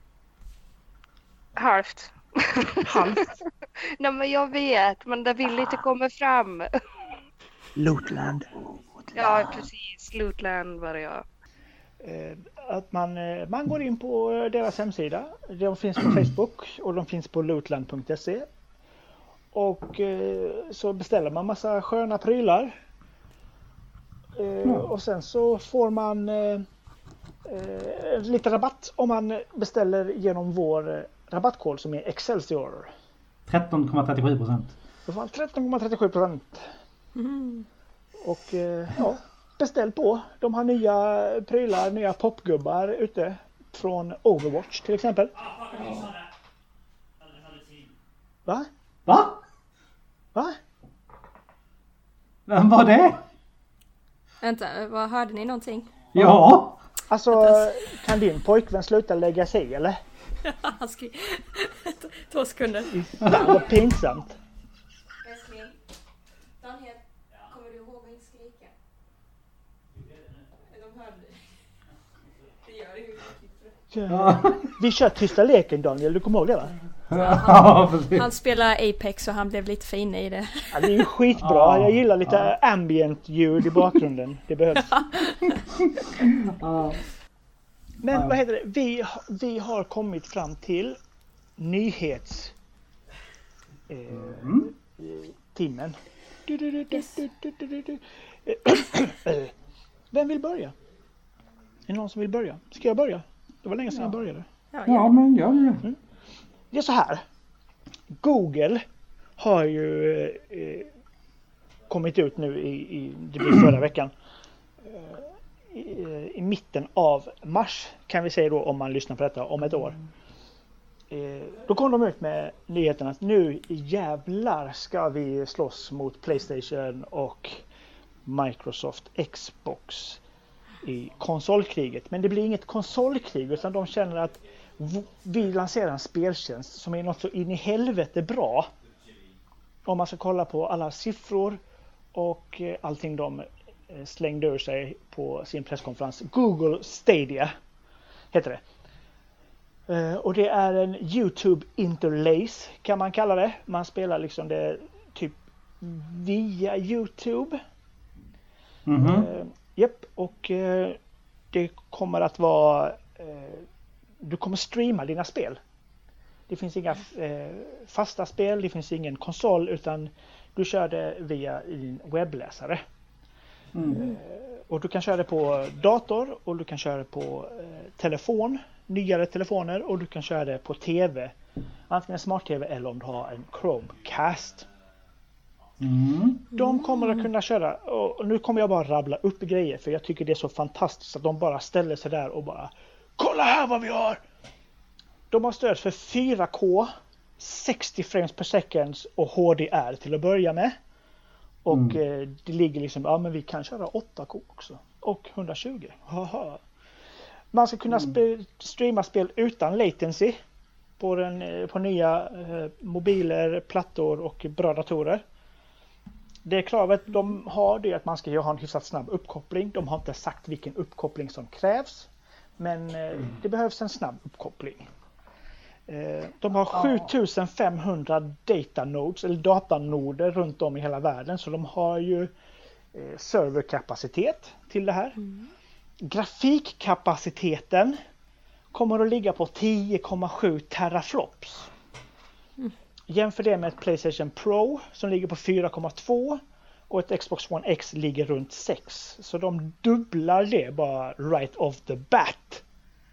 Halvt. Halvt? Nej, men jag vet, men det vill inte komma fram. Lootland. Ja, precis. Lootland var det, ja. Att man går in på deras hemsida. De finns på Facebook och de finns på lootland.se. Och så beställer man massa sköna prylar. Och sen så får man lite rabatt om man beställer genom vår rabattkod som är Excelsior. 13,37%. Då får man 13,37%. Och ja, beställ på. De har nya prylar, nya popgubbar ute från Overwatch till exempel. Va? Va? Vem var det? Vänta, hörde ni någonting? Ja. Alltså, kan din pojkvän sluta lägga sig, eller? Han skrev 2 sekunder. Vad pinsamt. Älskling, Daniel, kommer du ihåg att inte skrika? De hörde det. Det gör det ju. Vi kör tysta leken, Daniel, du kommer ihåg det, va? Han spelar Apex och han blev lite för inne i det. Ja, det är ju skitbra. Jag gillar lite ambient ljud i bakgrunden. Det behövs. Men vad heter det? Vi har kommit fram till timmen. Vem vill börja? Är det någon som vill börja? Ska jag börja? Det var länge sedan jag började. Ja, men gör det. Det är så här. Google har ju kommit ut nu det blir förra veckan. I mitten av mars kan vi säga då, om man lyssnar på detta om ett år. Då kom de ut med nyheten att nu jävlar ska vi slåss mot PlayStation och Microsoft Xbox i konsolkriget. Men det blir inget konsolkrig, utan de känner att vi lanserar en speltjänst som är något så in i helvete bra. Om man ska kolla på alla siffror och allting de slängde ur sig på sin presskonferens. Google Stadia heter det. Och det är en YouTube interlace kan man kalla det. Man spelar liksom det typ via YouTube. Japp, och det kommer att vara du kommer streama dina spel. Det finns inga fasta spel, det finns ingen konsol, utan du kör det via din webbläsare. Och du kan köra det på dator och du kan köra det på telefon, nyare telefoner, och du kan köra det på tv. Antingen smart-tv eller om du har en Chromecast. De kommer att kunna köra, och nu kommer jag bara rabbla upp grejer för jag tycker det är så fantastiskt att de bara ställer sig där och bara kolla här vad vi har! De har stöd för 4K, 60 frames per second och HDR till att börja med. Och det ligger liksom, ja men vi kan köra 8K också. Och 120. Haha. Man ska kunna streama spel utan latency på nya mobiler, plattor och bra datorer. Det kravet de har, det är att man ska ha en hyfsat snabb uppkoppling. De har inte sagt vilken uppkoppling som krävs. Men det behövs en snabb uppkoppling. De har 7500 datanodes eller datanoder runt om i hela världen. Så de har ju serverkapacitet till det här. Grafikkapaciteten kommer att ligga på 10,7 teraflops. Jämför det med ett PlayStation Pro som ligger på 4,2 och ett Xbox One X ligger runt 6. Så de dubblar det bara right off the bat.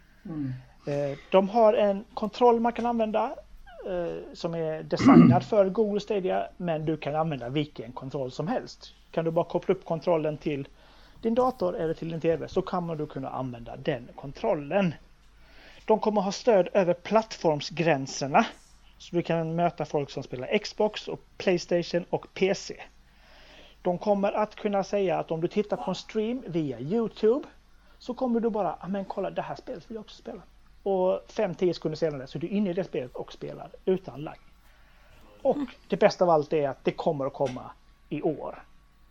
De har en kontroll man kan använda som är designad för Google Stadia, men du kan använda vilken kontroll som helst. Kan du bara koppla upp kontrollen till din dator eller till din tv så kommer du kunna använda den kontrollen. De kommer ha stöd över plattformsgränserna. Så du kan möta folk som spelar Xbox och PlayStation och PC. De kommer att kunna säga att om du tittar på en stream via YouTube så kommer du bara, men kolla det här spelet vill jag också spela. Och 5-10 sekunder senare så är du inne i det spelet och spelar utan lag. Och det bästa av allt är att det kommer att komma i år.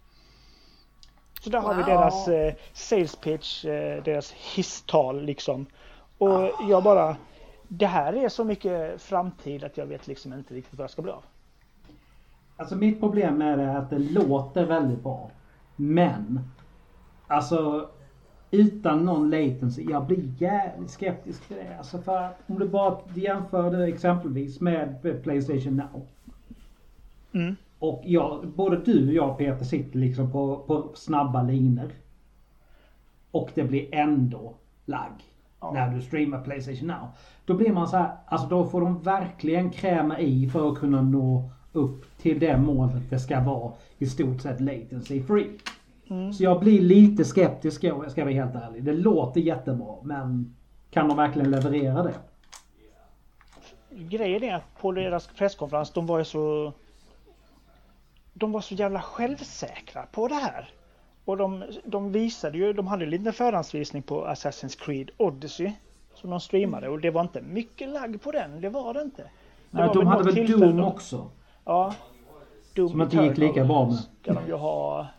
Så där har vi deras sales pitch, deras hisstal liksom. Och jag bara, det här är så mycket framtid att jag vet liksom inte riktigt vad jag ska bli av. Alltså mitt problem med det är att det låter väldigt bra. Men alltså utan någon latency, jag blir jävligt skeptisk till det. Alltså för att om du bara jämför det exempelvis med PlayStation Now. Och både du och jag, Peter, sitter liksom på snabba linjer. Och det blir ändå lag när du streamar PlayStation Now. Då blir man så här, alltså då får de verkligen kräma i för att kunna nå upp till det målet det ska vara i stort sett latency free. Så jag blir lite skeptisk, jag ska vara helt ärlig. Det låter jättebra, men kan de verkligen leverera det? Grejen är att på deras presskonferens, de var så jävla självsäkra på det här. Och de visade ju, de hade en liten förhandsvisning på Assassin's Creed Odyssey som de streamade, och det var inte mycket lag på den, det var det inte. Nej, de hade väl Doom också? Ja, Doom som inte gick lika bra med. Ska de ju ha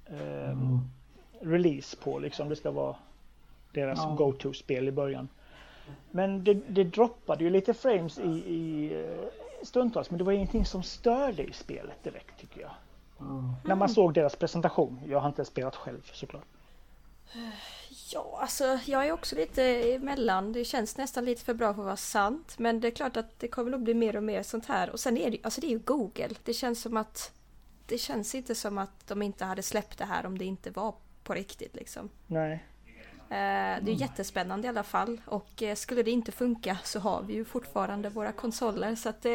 release på, liksom det ska vara deras go-to-spel i början. Men det droppade ju lite frames i stundtals, men det var ingenting som störde i spelet direkt, tycker jag. När man såg deras presentation. Jag har inte spelat själv, såklart. Ja, alltså jag är också lite emellan. Det känns nästan lite för bra för att vara sant. Men det är klart att det kommer nog bli mer och mer sånt här. Och sen är det är ju Google. Det känns inte som att de inte hade släppt det här om det inte var på riktigt, liksom. Nej. Det är jättespännande i alla fall. Och skulle det inte funka så har vi ju fortfarande våra konsoler. Så att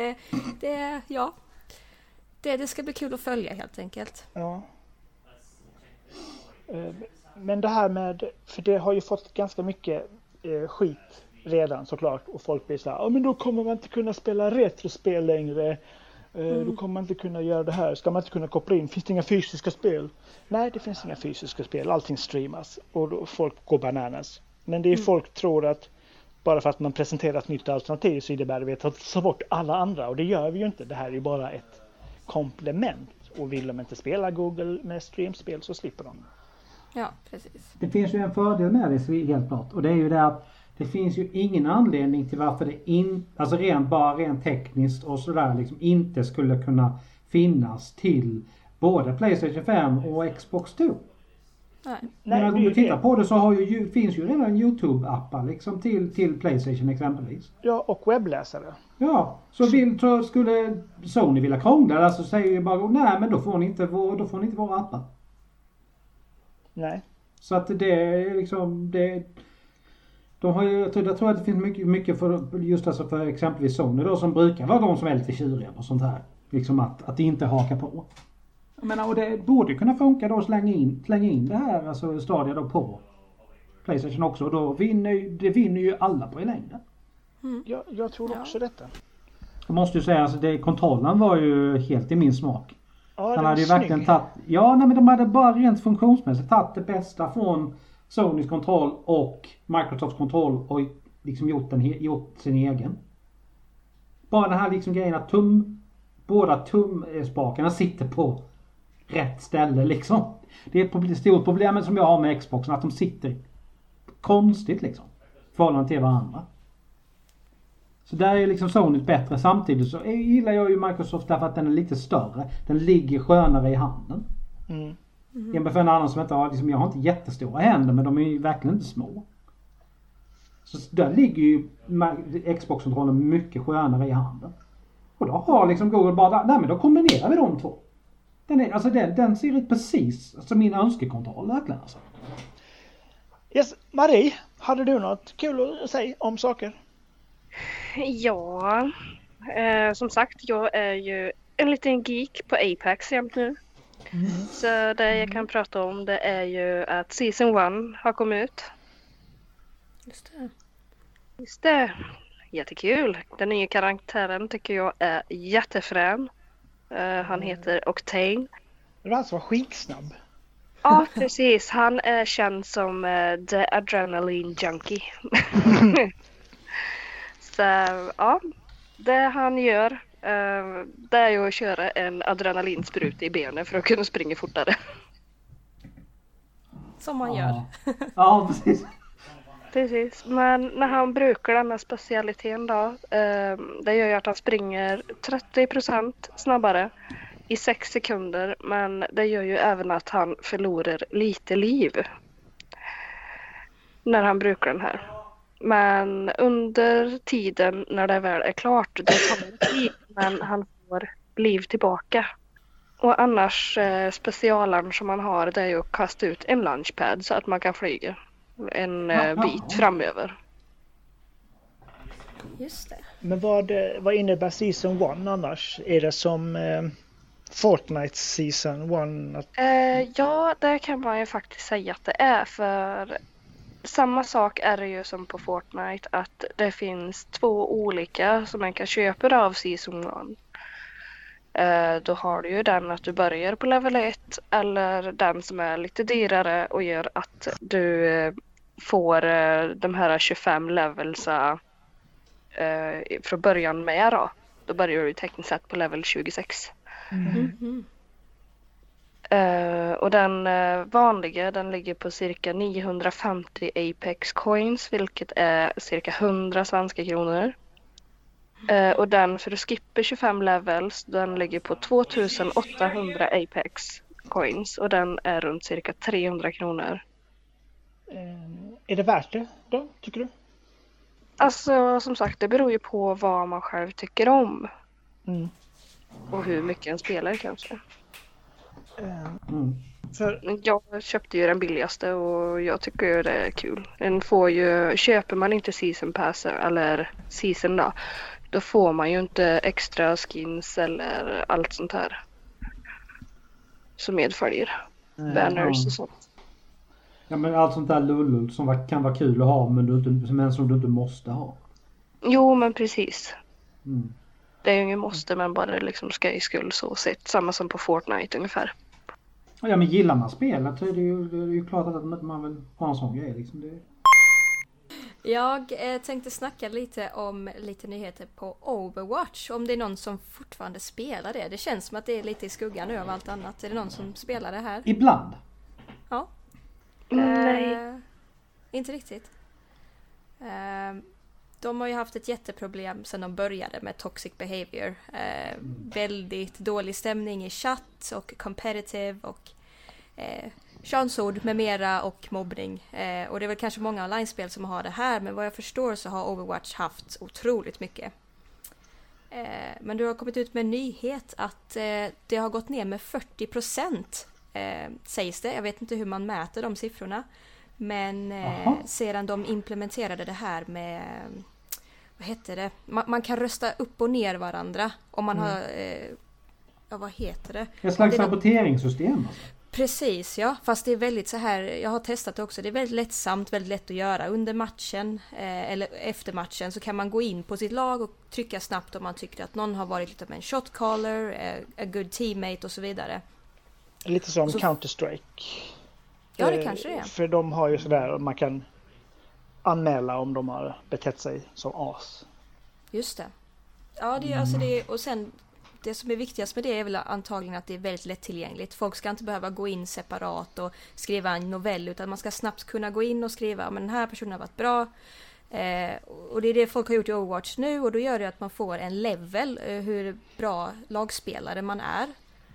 det ska bli kul att följa, helt enkelt. Ja. Men det här med, för det har ju fått ganska mycket skit redan, såklart. Och folk blir så här, men då kommer man inte kunna spela retrospel längre. Då kommer man inte kunna göra det här. Ska man inte kunna koppla in? Finns det inga fysiska spel? Nej, det finns inga fysiska spel. Allting streamas. Och då folk går bananas. Men det är folk tror att bara för att man presenterar ett nytt alternativ så innebär det att ta bort alla andra. Och det gör vi ju inte. Det här är ju bara ett komplement. Och vill de inte spela Google med streamspel så slipper de. Ja, precis. Det finns ju en fördel med det, helt klart. Och det är ju det att det finns ju ingen anledning till varför det alltså rent tekniskt och sådär liksom inte skulle kunna finnas till både PlayStation 5 och Xbox 2. Nej. Men om du tittar på det så finns ju redan YouTube-appar liksom till PlayStation exempelvis. Ja, och webbläsare. Ja, så skulle Sony vilja krångla så säger ju bara nej, men då får ni inte våra appar. Nej. Så att det är liksom de har ju, jag tror att det finns mycket för just alltså för exempelvis Sony då, som brukar vara de som är lite tjuriga och sånt här. Liksom att inte haka på. Jag menar, och det borde kunna funka då att slänga in det här alltså Stadia då på PlayStation också. Och då vinner ju alla på i längden. Jag tror också detta. Jag måste ju säga, alltså kontrollen var ju helt i min smak. Ja, han hade ju verkligen men de hade bara rent funktionsmässigt tagit det bästa från Sonys kontroll och Microsofts kontroll och liksom gjort sin egen. Bara den här liksom grejen att båda tumspakarna sitter på rätt ställe liksom. Det är ett stort problem som jag har med Xboxen, att de sitter konstigt liksom. Förhållande till varandra. Så där är liksom Sony bättre. Samtidigt så gillar jag ju Microsoft därför att den är lite större. Den ligger skönare i handen. Jämfört för en annan som inte har, liksom, jag har inte jättestora händer, men de är ju verkligen inte små. Så där ligger ju Xbox-kontrollen mycket skönare i handen. Och då har liksom Google bara, nej men då kombinerar vi de två. Den ser ut precis som min önskekontroll verkligen alltså. Yes, Marie, hade du något kul att säga om saker? Ja, som sagt, jag är ju en liten geek på Apex jämt nu. Så det jag kan prata om det är ju att Season 1 har kommit ut. Just det. Jättekul. Den nya karaktären tycker jag är jättefrän. Han heter Octane. Det var alltså skitsnabb. Ja, precis. Han är känd som The Adrenaline Junkie. Så ja, det han gör det är ju att köra en adrenalinspruta i benen för att kunna springa fortare. Som man gör. Ja, precis. Precis, men när han brukar den här specialiteten då, det gör ju att han springer 30% snabbare i 6 sekunder, men det gör ju även att han förlorar lite liv när han brukar den här. Men under tiden när det väl är klart, då tar det tid, men han får liv tillbaka. Och annars specialen som man har, det är ju att kasta ut en launchpad så att man kan flyga en bit framöver. Just det. Men vad innebär Season 1 annars? Är det som Fortnite Season 1? Ja, det kan man ju faktiskt säga att det är. För samma sak är det ju som på Fortnite, att det finns 2 olika som man kan köpa av Season 1. Då har du ju den att du börjar på level 1 eller den som är lite dyrare och gör att du får de här 25 levelsa från början med då. Då börjar du tekniskt sett på level 26. Och den vanliga, den ligger på cirka 950 Apex coins, vilket är cirka 100 svenska kronor. Och den för att skippa 25 levels, den ligger på 2800 Apex coins och den är runt cirka 300 kronor. Är det värt det då, tycker du? Alltså som sagt, det beror ju på vad man själv tycker om. Och hur mycket en spelar kanske. För jag köpte ju den billigaste och jag tycker ju det är kul. Köper man inte season pass eller season då får man ju inte extra skins eller allt sånt här som medföljer. Banners och sånt. Ja, men allt sånt där lullull som kan vara kul att ha men som du inte måste ha. Jo, men precis. Det är ju ingen måste, men bara liksom ska i skull så sett. Samma som på Fortnite ungefär. Ja, men gillar man spelet så är det ju klart att man vill ha en sån grej liksom. Jag tänkte snacka lite om lite nyheter på Overwatch. Om det är någon som fortfarande spelar det. Det känns som att det är lite i skuggan nu av allt annat. Är det någon som spelar det här? Ibland. Ja. Nej. Inte riktigt. De har ju haft ett jätteproblem sedan de började med toxic behavior. Väldigt dålig stämning i chatt och competitive och könsord med mera och mobbning. Och det är väl kanske många online-spel som har det här, men vad jag förstår så har Overwatch haft otroligt mycket. Men du har kommit ut med en nyhet att det har gått ner med 40%, sägs det. Jag vet inte hur man mäter de siffrorna. Men sedan de implementerade det här med, vad heter det? Man kan rösta upp och ner varandra om man har, vad heter det? Ett slags saboteringssystem. Precis, ja. Fast det är väldigt så här, jag har testat det också, det är väldigt lättsamt, väldigt lätt att göra. Under matchen eller efter matchen så kan man gå in på sitt lag och trycka snabbt om man tycker att någon har varit lite med en shot caller, a good teammate och så vidare. Lite som Counter-Strike. Ja, det kanske det är. För de har ju sådär, man kan anmäla om de har betett sig som as. Just det. Ja, det är alltså det. Och sen det som är viktigast med det är väl antagligen att det är väldigt lättillgängligt. Folk ska inte behöva gå in separat och skriva en novell, utan man ska snabbt kunna gå in och skriva men den här personen har varit bra. Och det är det folk har gjort i Overwatch nu, och då gör det att man får en level hur bra lagspelare man är.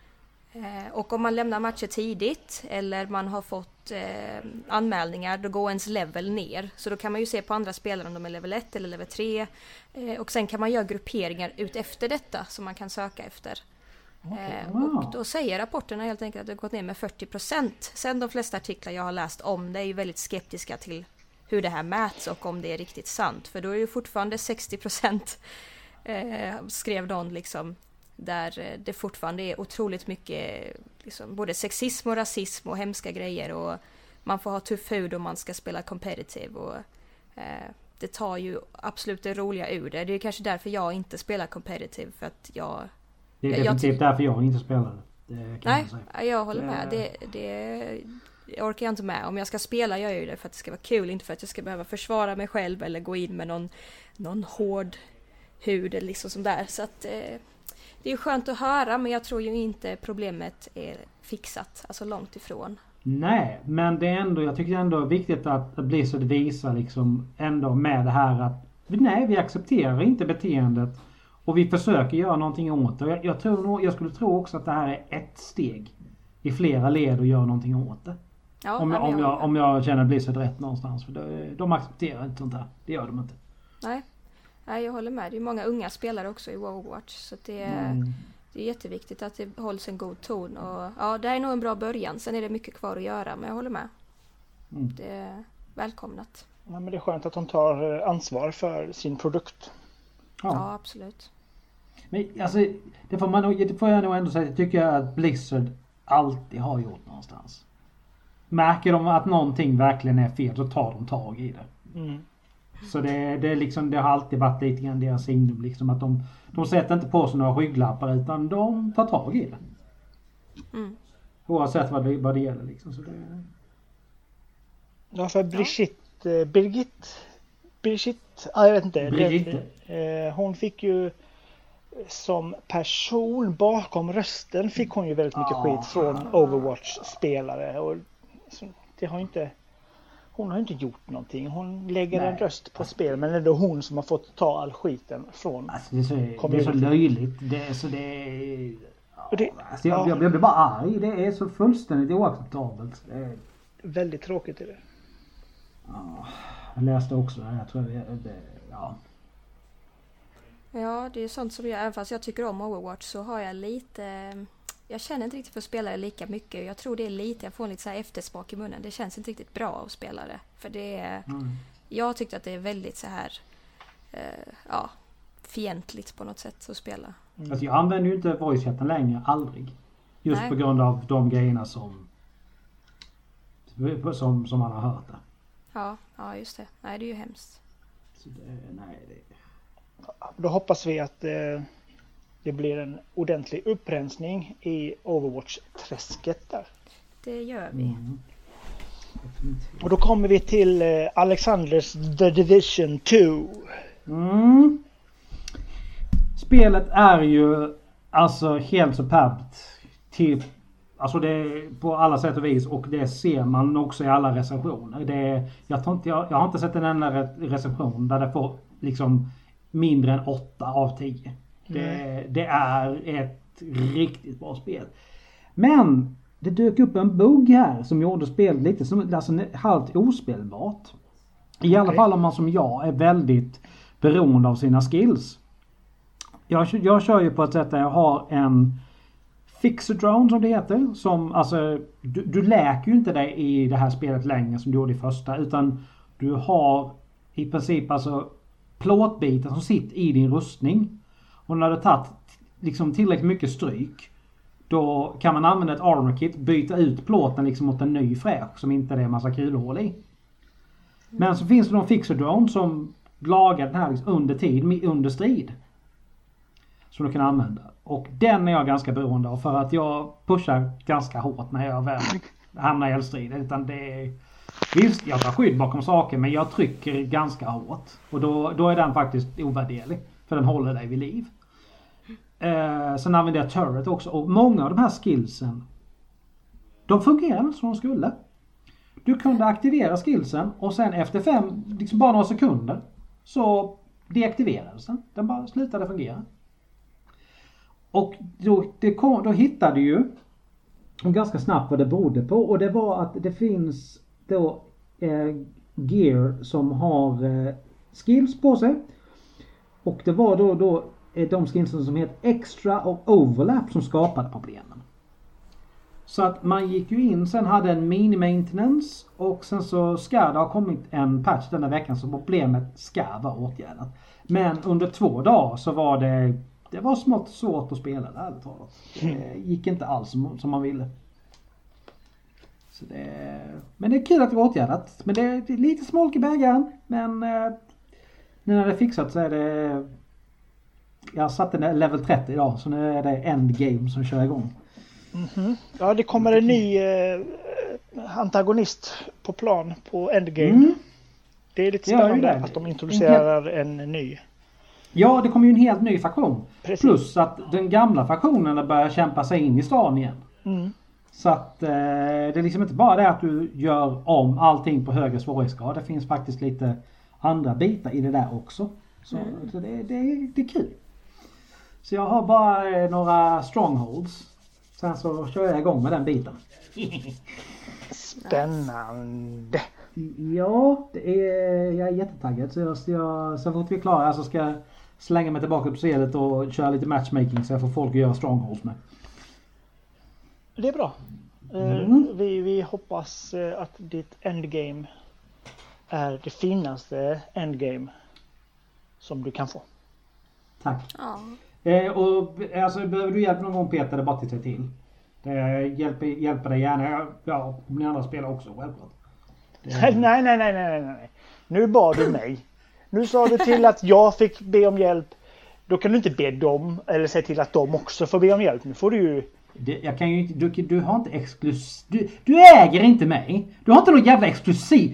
Och om man lämnar matcher tidigt eller man har fått anmälningar, då går ens level ner. Så då kan man ju se på andra spelare om de är level 1 eller level 3. Och sen kan man göra grupperingar ut efter detta som man kan söka efter. Och då säger rapporterna helt enkelt att det har gått ner med 40%. Sen de flesta artiklar jag har läst om det är ju väldigt skeptiska till hur det här mäts och om det är riktigt sant. För då är det ju fortfarande 60% skrev någon liksom, där det fortfarande är otroligt mycket liksom, både sexism och rasism och hemska grejer, och man får ha tuff hud om man ska spela competitive, och det tar ju absolut det roliga ur det. Det är kanske därför jag inte spelar competitive, för att det är definitivt därför jag inte spelar det. Nej, jag håller med. Det orkar jag inte med. Om jag ska spela gör jag ju det för att det ska vara kul, inte för att jag ska behöva försvara mig själv eller gå in med någon hård hud eller liksom som där. Så att det är skönt att höra, men jag tror ju inte problemet är fixat, alltså långt ifrån. Nej, men det är ändå, jag tycker ändå är viktigt att Blizzard visar liksom ändå med det här att nej, vi accepterar inte beteendet, Och vi försöker göra någonting åt det. Och jag skulle tro också att det här är ett steg i flera led och göra någonting åt det. Ja, om jag känner Blizzard rätt någonstans. För de accepterar inte sånt här. Det gör de inte. Nej, jag håller med. Det är många unga spelare också i Overwatch. Så det är jätteviktigt att det hålls en god ton. Och, ja, det är nog en bra början. Sen är det mycket kvar att göra, men jag håller med. Det är välkomnat. Ja, men det är skönt att de tar ansvar för sin produkt. Ja, absolut. Men alltså, det får jag nog ändå säga. Jag tycker att Blizzard alltid har gjort någonstans. Märker de att någonting verkligen är fel så tar de tag i det. Så det är liksom, det har alltid varit lite grann deras signum liksom, att de sätter inte på sig några skygglappar utan de tar tag i det. Oavsett vad det gäller liksom. Så det... Ja, för Brigitte, jag vet inte. Hon fick ju som person bakom rösten fick hon ju väldigt mycket skit från Overwatch-spelare. Och det har inte... Hon har inte gjort någonting. Hon lägger en röst på spel, men det är då hon som har fått ta all skiten från alltså, det är så löjligt. Jag blir bara arg. Det är så fullständigt oacceptabelt. Väldigt tråkigt är det. Ja, jag läste också det. Jag tror Ja, det är sånt som jag, även fast jag tycker om Overwatch så har jag lite... Jag känner inte riktigt för spelare lika mycket. Jag tror det är lite, jag får lite så här eftersmak i munnen. Det känns inte riktigt bra av spelare. För det är, jag tyckte att det är väldigt så här, fientligt på något sätt att spela. Alltså jag använder ju inte voice-chatten längre, aldrig. Just på grund av de grejerna som man har hört där. Ja, just det. Nej, det är ju hemskt. Så Då hoppas vi att det blir en ordentlig upprensning i Overwatch-träsket där. Det gör vi. Och då kommer vi till Alexanders The Division 2. Spelet är ju alltså helt superbt till, alltså det är på alla sätt och vis, och det ser man också i alla recensioner. Jag har inte sett en enda recension där det får liksom mindre än 8 av 10. Det är ett riktigt bra spel. Men det dök upp en bugg här som gjorde spelet lite som alltså halvt ospelbart. I alla fall om man som jag är väldigt beroende av sina skills. Jag kör ju på ett sätt där jag har en fixer drone som det heter. Som, alltså, du läker ju inte dig i det här spelet längre som du gjorde i första. Utan du har i princip alltså plåtbitar som sitter i din rustning. Och när du har tagit liksom tillräckligt mycket stryk, då kan man använda ett armor kit, byta ut plåten liksom mot en ny fräsch som inte det är en massa kulhål i. Men så finns det någon fixer drone som lagar den här liksom under strid. Som du kan använda. Och den är jag ganska beroende av för att jag pushar ganska hårt när jag väl hamnar i eldstrid. Utan det är... Visst, jag tar skydd bakom saker men jag trycker ganska hårt. Och då är den faktiskt ovärderlig. För den håller dig vid liv. Sen använder jag turret också. Och många av de här skillsen, de fungerar som de skulle. Du kunde aktivera skillsen och sen efter liksom bara några sekunder så deaktiverades den. Den bara slutade fungera. Och då hittade du ju ganska snabbt vad det berodde på. Och det var att det finns då gear som har skills på sig. Och det var då de skillsen som heter extra och overlap som skapade problemen. Så att man gick ju in, sen hade en mini-maintenance och sen så ska det ha kommit en patch denna veckan så problemet ska vara åtgärdat. Men under 2 dagar så var det var smått svårt att spela det, ärligt talat. Det gick inte alls som man ville. Så men det är kul att det var åtgärdat. Men det är lite smolk i bägaren. Men när det är fixat så är det... Jag satte den level 30 idag så nu är det endgame som kör igång. Ja, det kommer en ny antagonist på plan på endgame. Det är lite spännande att de introducerar en ny. Ja, det kommer ju en helt ny faktion. Precis. Plus att den gamla faktionen börjar kämpa sig in i stan igen. Så att det är liksom inte bara det att du gör om allting på högre svårighetsgrad. Det finns faktiskt lite andra bitar i det där också. Så det är kul. Så jag har bara några strongholds. Sen så kör jag igång med den biten. Spännande. Ja, jag är jättetaggad. Så fort vi är klara så ska jag slänga mig tillbaka på spelet och köra lite matchmaking så jag får folk att göra strongholds med. Det är bra. Vi hoppas att ditt endgame är det finaste endgame som du kan få. Tack. Ja. Och alltså, behöver du hjälp någon gång, Peter, det bara att titta till. Det hjälper dig gärna. Ja, om ni andra spelar också, självklart. Nej. Nu bad du mig. Nu sa du till att jag fick be om hjälp. Då kan du inte be dem eller säga till att de också får be om hjälp. Nu får du ju... Jag kan ju inte... Du har inte du äger inte mig. Du har inte någon jävla exklusiv...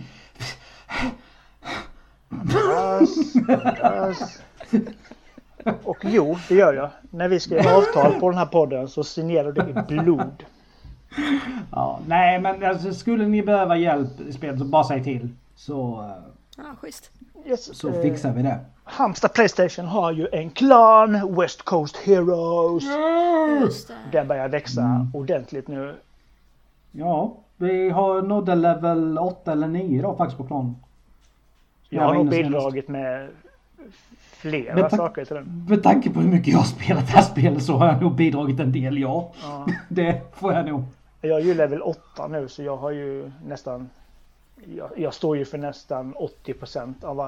Yes. Och jo, det gör jag. När vi skrev avtal på den här podden så signerade du i blod. Ja, nej, men alltså, skulle ni behöva hjälp i spelet så bara säg till. Så Schysst. Yes, så fixar vi det. Halmstad PlayStation har ju en klan, West Coast Heroes. Just det. Den börjar växa ordentligt nu. Ja, vi har nådde level 8 eller 9 då faktiskt på klanen. Jag har nog bidragit med flera saker till den. Med tanke på hur mycket jag har spelat det här spelet så har jag nog bidragit en del, ja. Det får jag nog. Jag är ju level 8 nu så jag har ju nästan... Jag står ju för nästan 80% av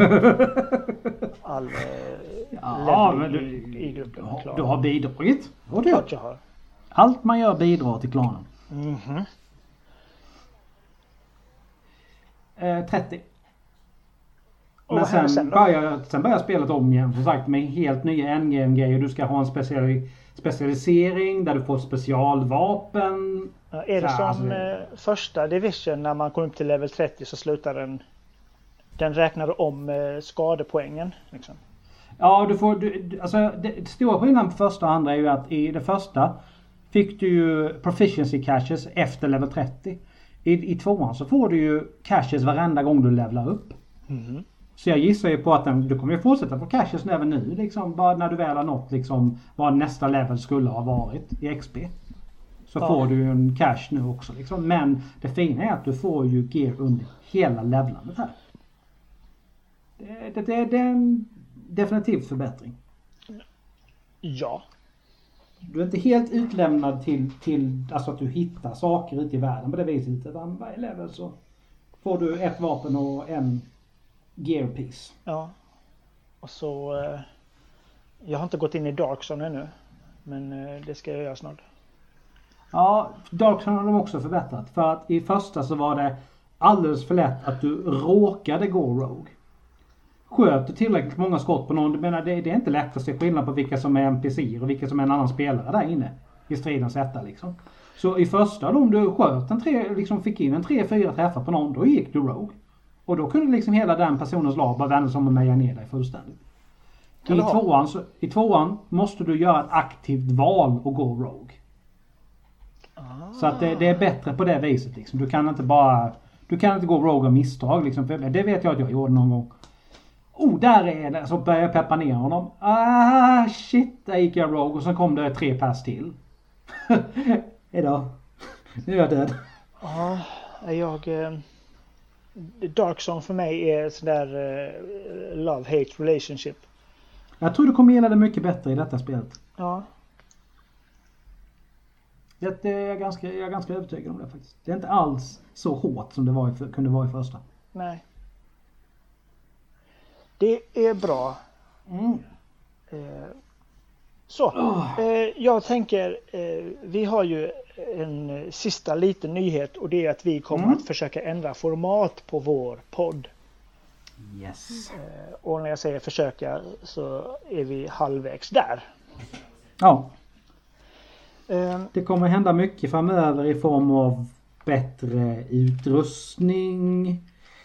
all level i gruppen. Du har bidragit. Och det klart jag har. Allt man gör bidrar till klanen. 30. Men sen börjar spelet om igen, som sagt, med helt nya endgame-grejer. Du ska ha en specialisering där du får specialvapen. Ja, är det som första division när man kommer upp till level 30 så slutar den räknar om skadepoängen liksom. Ja, det stora skillnaden på första och andra är ju att i det första fick du ju proficiency caches efter level 30. I tvåan så får du ju caches varenda gång du levlar upp. Så jag gissar ju på att du kommer ju fortsätta få caches även nu liksom, bara när du väl har nått liksom vad nästa level skulle ha varit i XP. Så får du ju en cache nu också liksom. Men det fina är att du får ju gear under hela levlandet här. Det är en definitiv förbättring. Ja. Du är inte helt utlämnad till alltså att du hittar saker ute i världen på det viset. Utan varje level så får du ett vapen och en gear piece. Ja. Och så... jag har inte gått in i Dark Zone ännu. Men det ska jag göra snart. Ja, Dark Zone har de också förbättrat. För att i första så var det alldeles för lätt att du råkade gå rogue. Sköt du tillräckligt många skott på någon, du menar det är inte lätt att se skillnad på vilka som är NPCer och vilka som är en annan spelare där inne i stridens etta liksom. Så i första då om du sköt fick in en 3-4 träffar på någon, då gick du rogue. Och då kunde liksom hela den personens lag bara vända sig om och meja ner dig fullständigt. I tvåan måste du göra ett aktivt val och gå rogue. Så att det är bättre på det viset liksom. Du kan inte gå rogue av misstag liksom. För det vet jag att jag gjorde någon gång. Där är det. Så började jag peppa ner honom. Shit, där gick jag rogue. Och så kom det 3 pass till. Hejdå. Nu är jag död. Ja, Dark Zone för mig är sådär love-hate relationship. Jag tror du kommer gilla det mycket bättre i detta spelet. Ja. Jag är ganska övertygad om det faktiskt. Det är inte alls så hårt som det kunde vara i första. Nej. Det är bra. Jag tänker, vi har ju en sista liten nyhet och det är att vi kommer att försöka ändra format på vår podd. Yes. Och när jag säger försöka så är vi halvvägs där. Ja. Det kommer hända mycket framöver i form av bättre utrustning.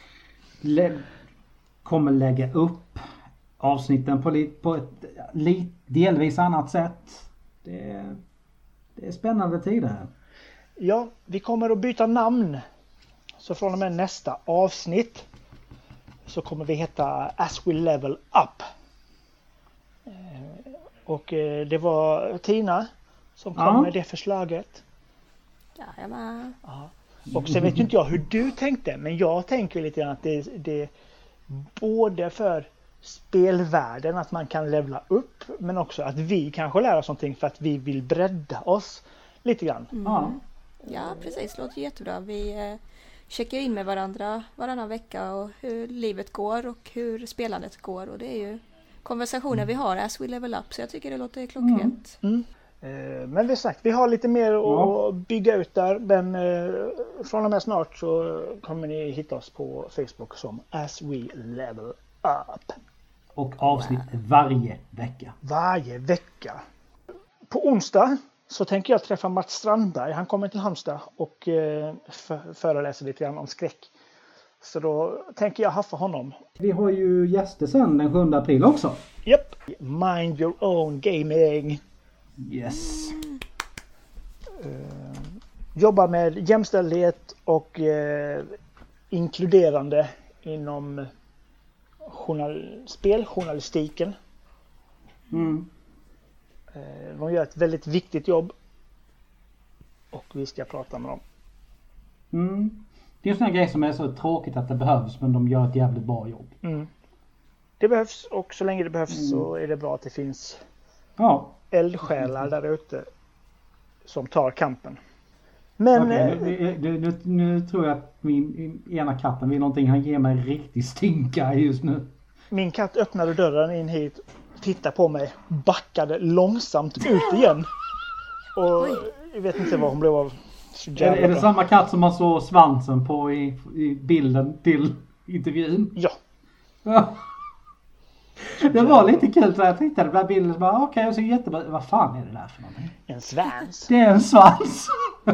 Kommer lägga upp avsnitten på ett delvis annat sätt. Det är spännande tider här. Ja, vi kommer att byta namn. Så från och med nästa avsnitt så kommer vi heta As We Level Up. Och det var Tina som kom med det förslaget. Jajamän. Ja. Och sen vet ju inte jag hur du tänkte, men jag tänker lite grann att det både för spelvärlden att man kan levla upp, men också att vi kanske lär oss någonting för att vi vill bredda oss lite grann. Ja, precis. Det låter jättebra. Vi checkar in med varandra varannan vecka och hur livet går och hur spelandet går. Och det är ju konversationer vi har as we level up, så jag tycker det låter klockrent. Men vi sagt, vi har lite mer att bygga ut där, men från och med snart så kommer ni hitta oss på Facebook som As We Level Up. Och avsnitt varje vecka. Varje vecka. På onsdag så tänker jag träffa Mats Strandberg. Han kommer till Halmstad och föreläser lite grann om skräck. Så då tänker jag haffa honom. Vi har ju gäster sen den 7 april också. Japp. Mind your own gaming. Yes. Jobbar med jämställdhet och inkluderande inom speljournalistiken. De gör ett väldigt viktigt jobb. Och vi ska prata med dem. Det är en sån här grej som är så tråkigt att det behövs, men de gör ett jävligt bra jobb. Det behövs, och så länge det behövs så är det bra att det finns eldsjälar där ute som tar kampen. Men nu tror jag att min ena katten vill någonting. Han ger mig riktigt stinka just nu. Min katt öppnade dörren in hit, tittade på mig, backade långsamt ut igen. Och jag vet inte vad hon blev av. Är det samma katt som man såg svansen på i bilden till intervjun? Ja. Det var lite kul så jag tittade på den bilden och bara okej, jag ser jättebra. Vad fan är det där för någonting? En svans. Det är en svans.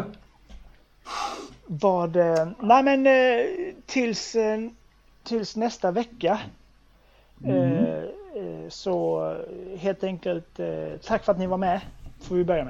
Nej men tills nästa vecka så helt enkelt tack för att ni var med, får vi börja med.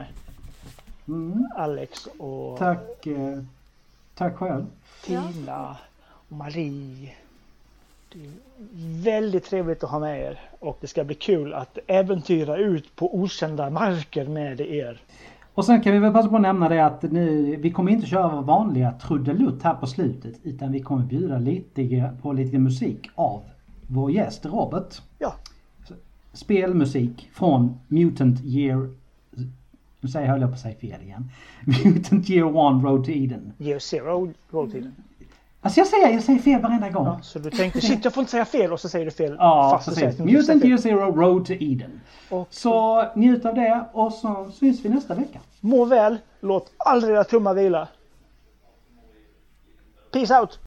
Alex och tack själv. Tina och Marie. Det är väldigt trevligt att ha med er och det ska bli kul att äventyra ut på okända marker med er. Och sen kan vi väl passa på att nämna det att vi kommer inte köra vår vanliga trudelutt här på slutet, utan vi kommer bjuda lite musik av vår gäst Robert. Ja. Spelmusik från Mutant Year... Nu höll jag på att säga fel igen. Mutant Year 1 Road to Eden. Year 0 Road to Eden. Alltså jag säger fel varenda gång. Ja, så du tänkte, shit jag får inte säga fel och så säger du fel. Ja, precis. Mutant Year 0 Road to Eden. Och så njut av det och så syns vi nästa vecka. Må väl, låt aldrig era tummar vila. Peace out!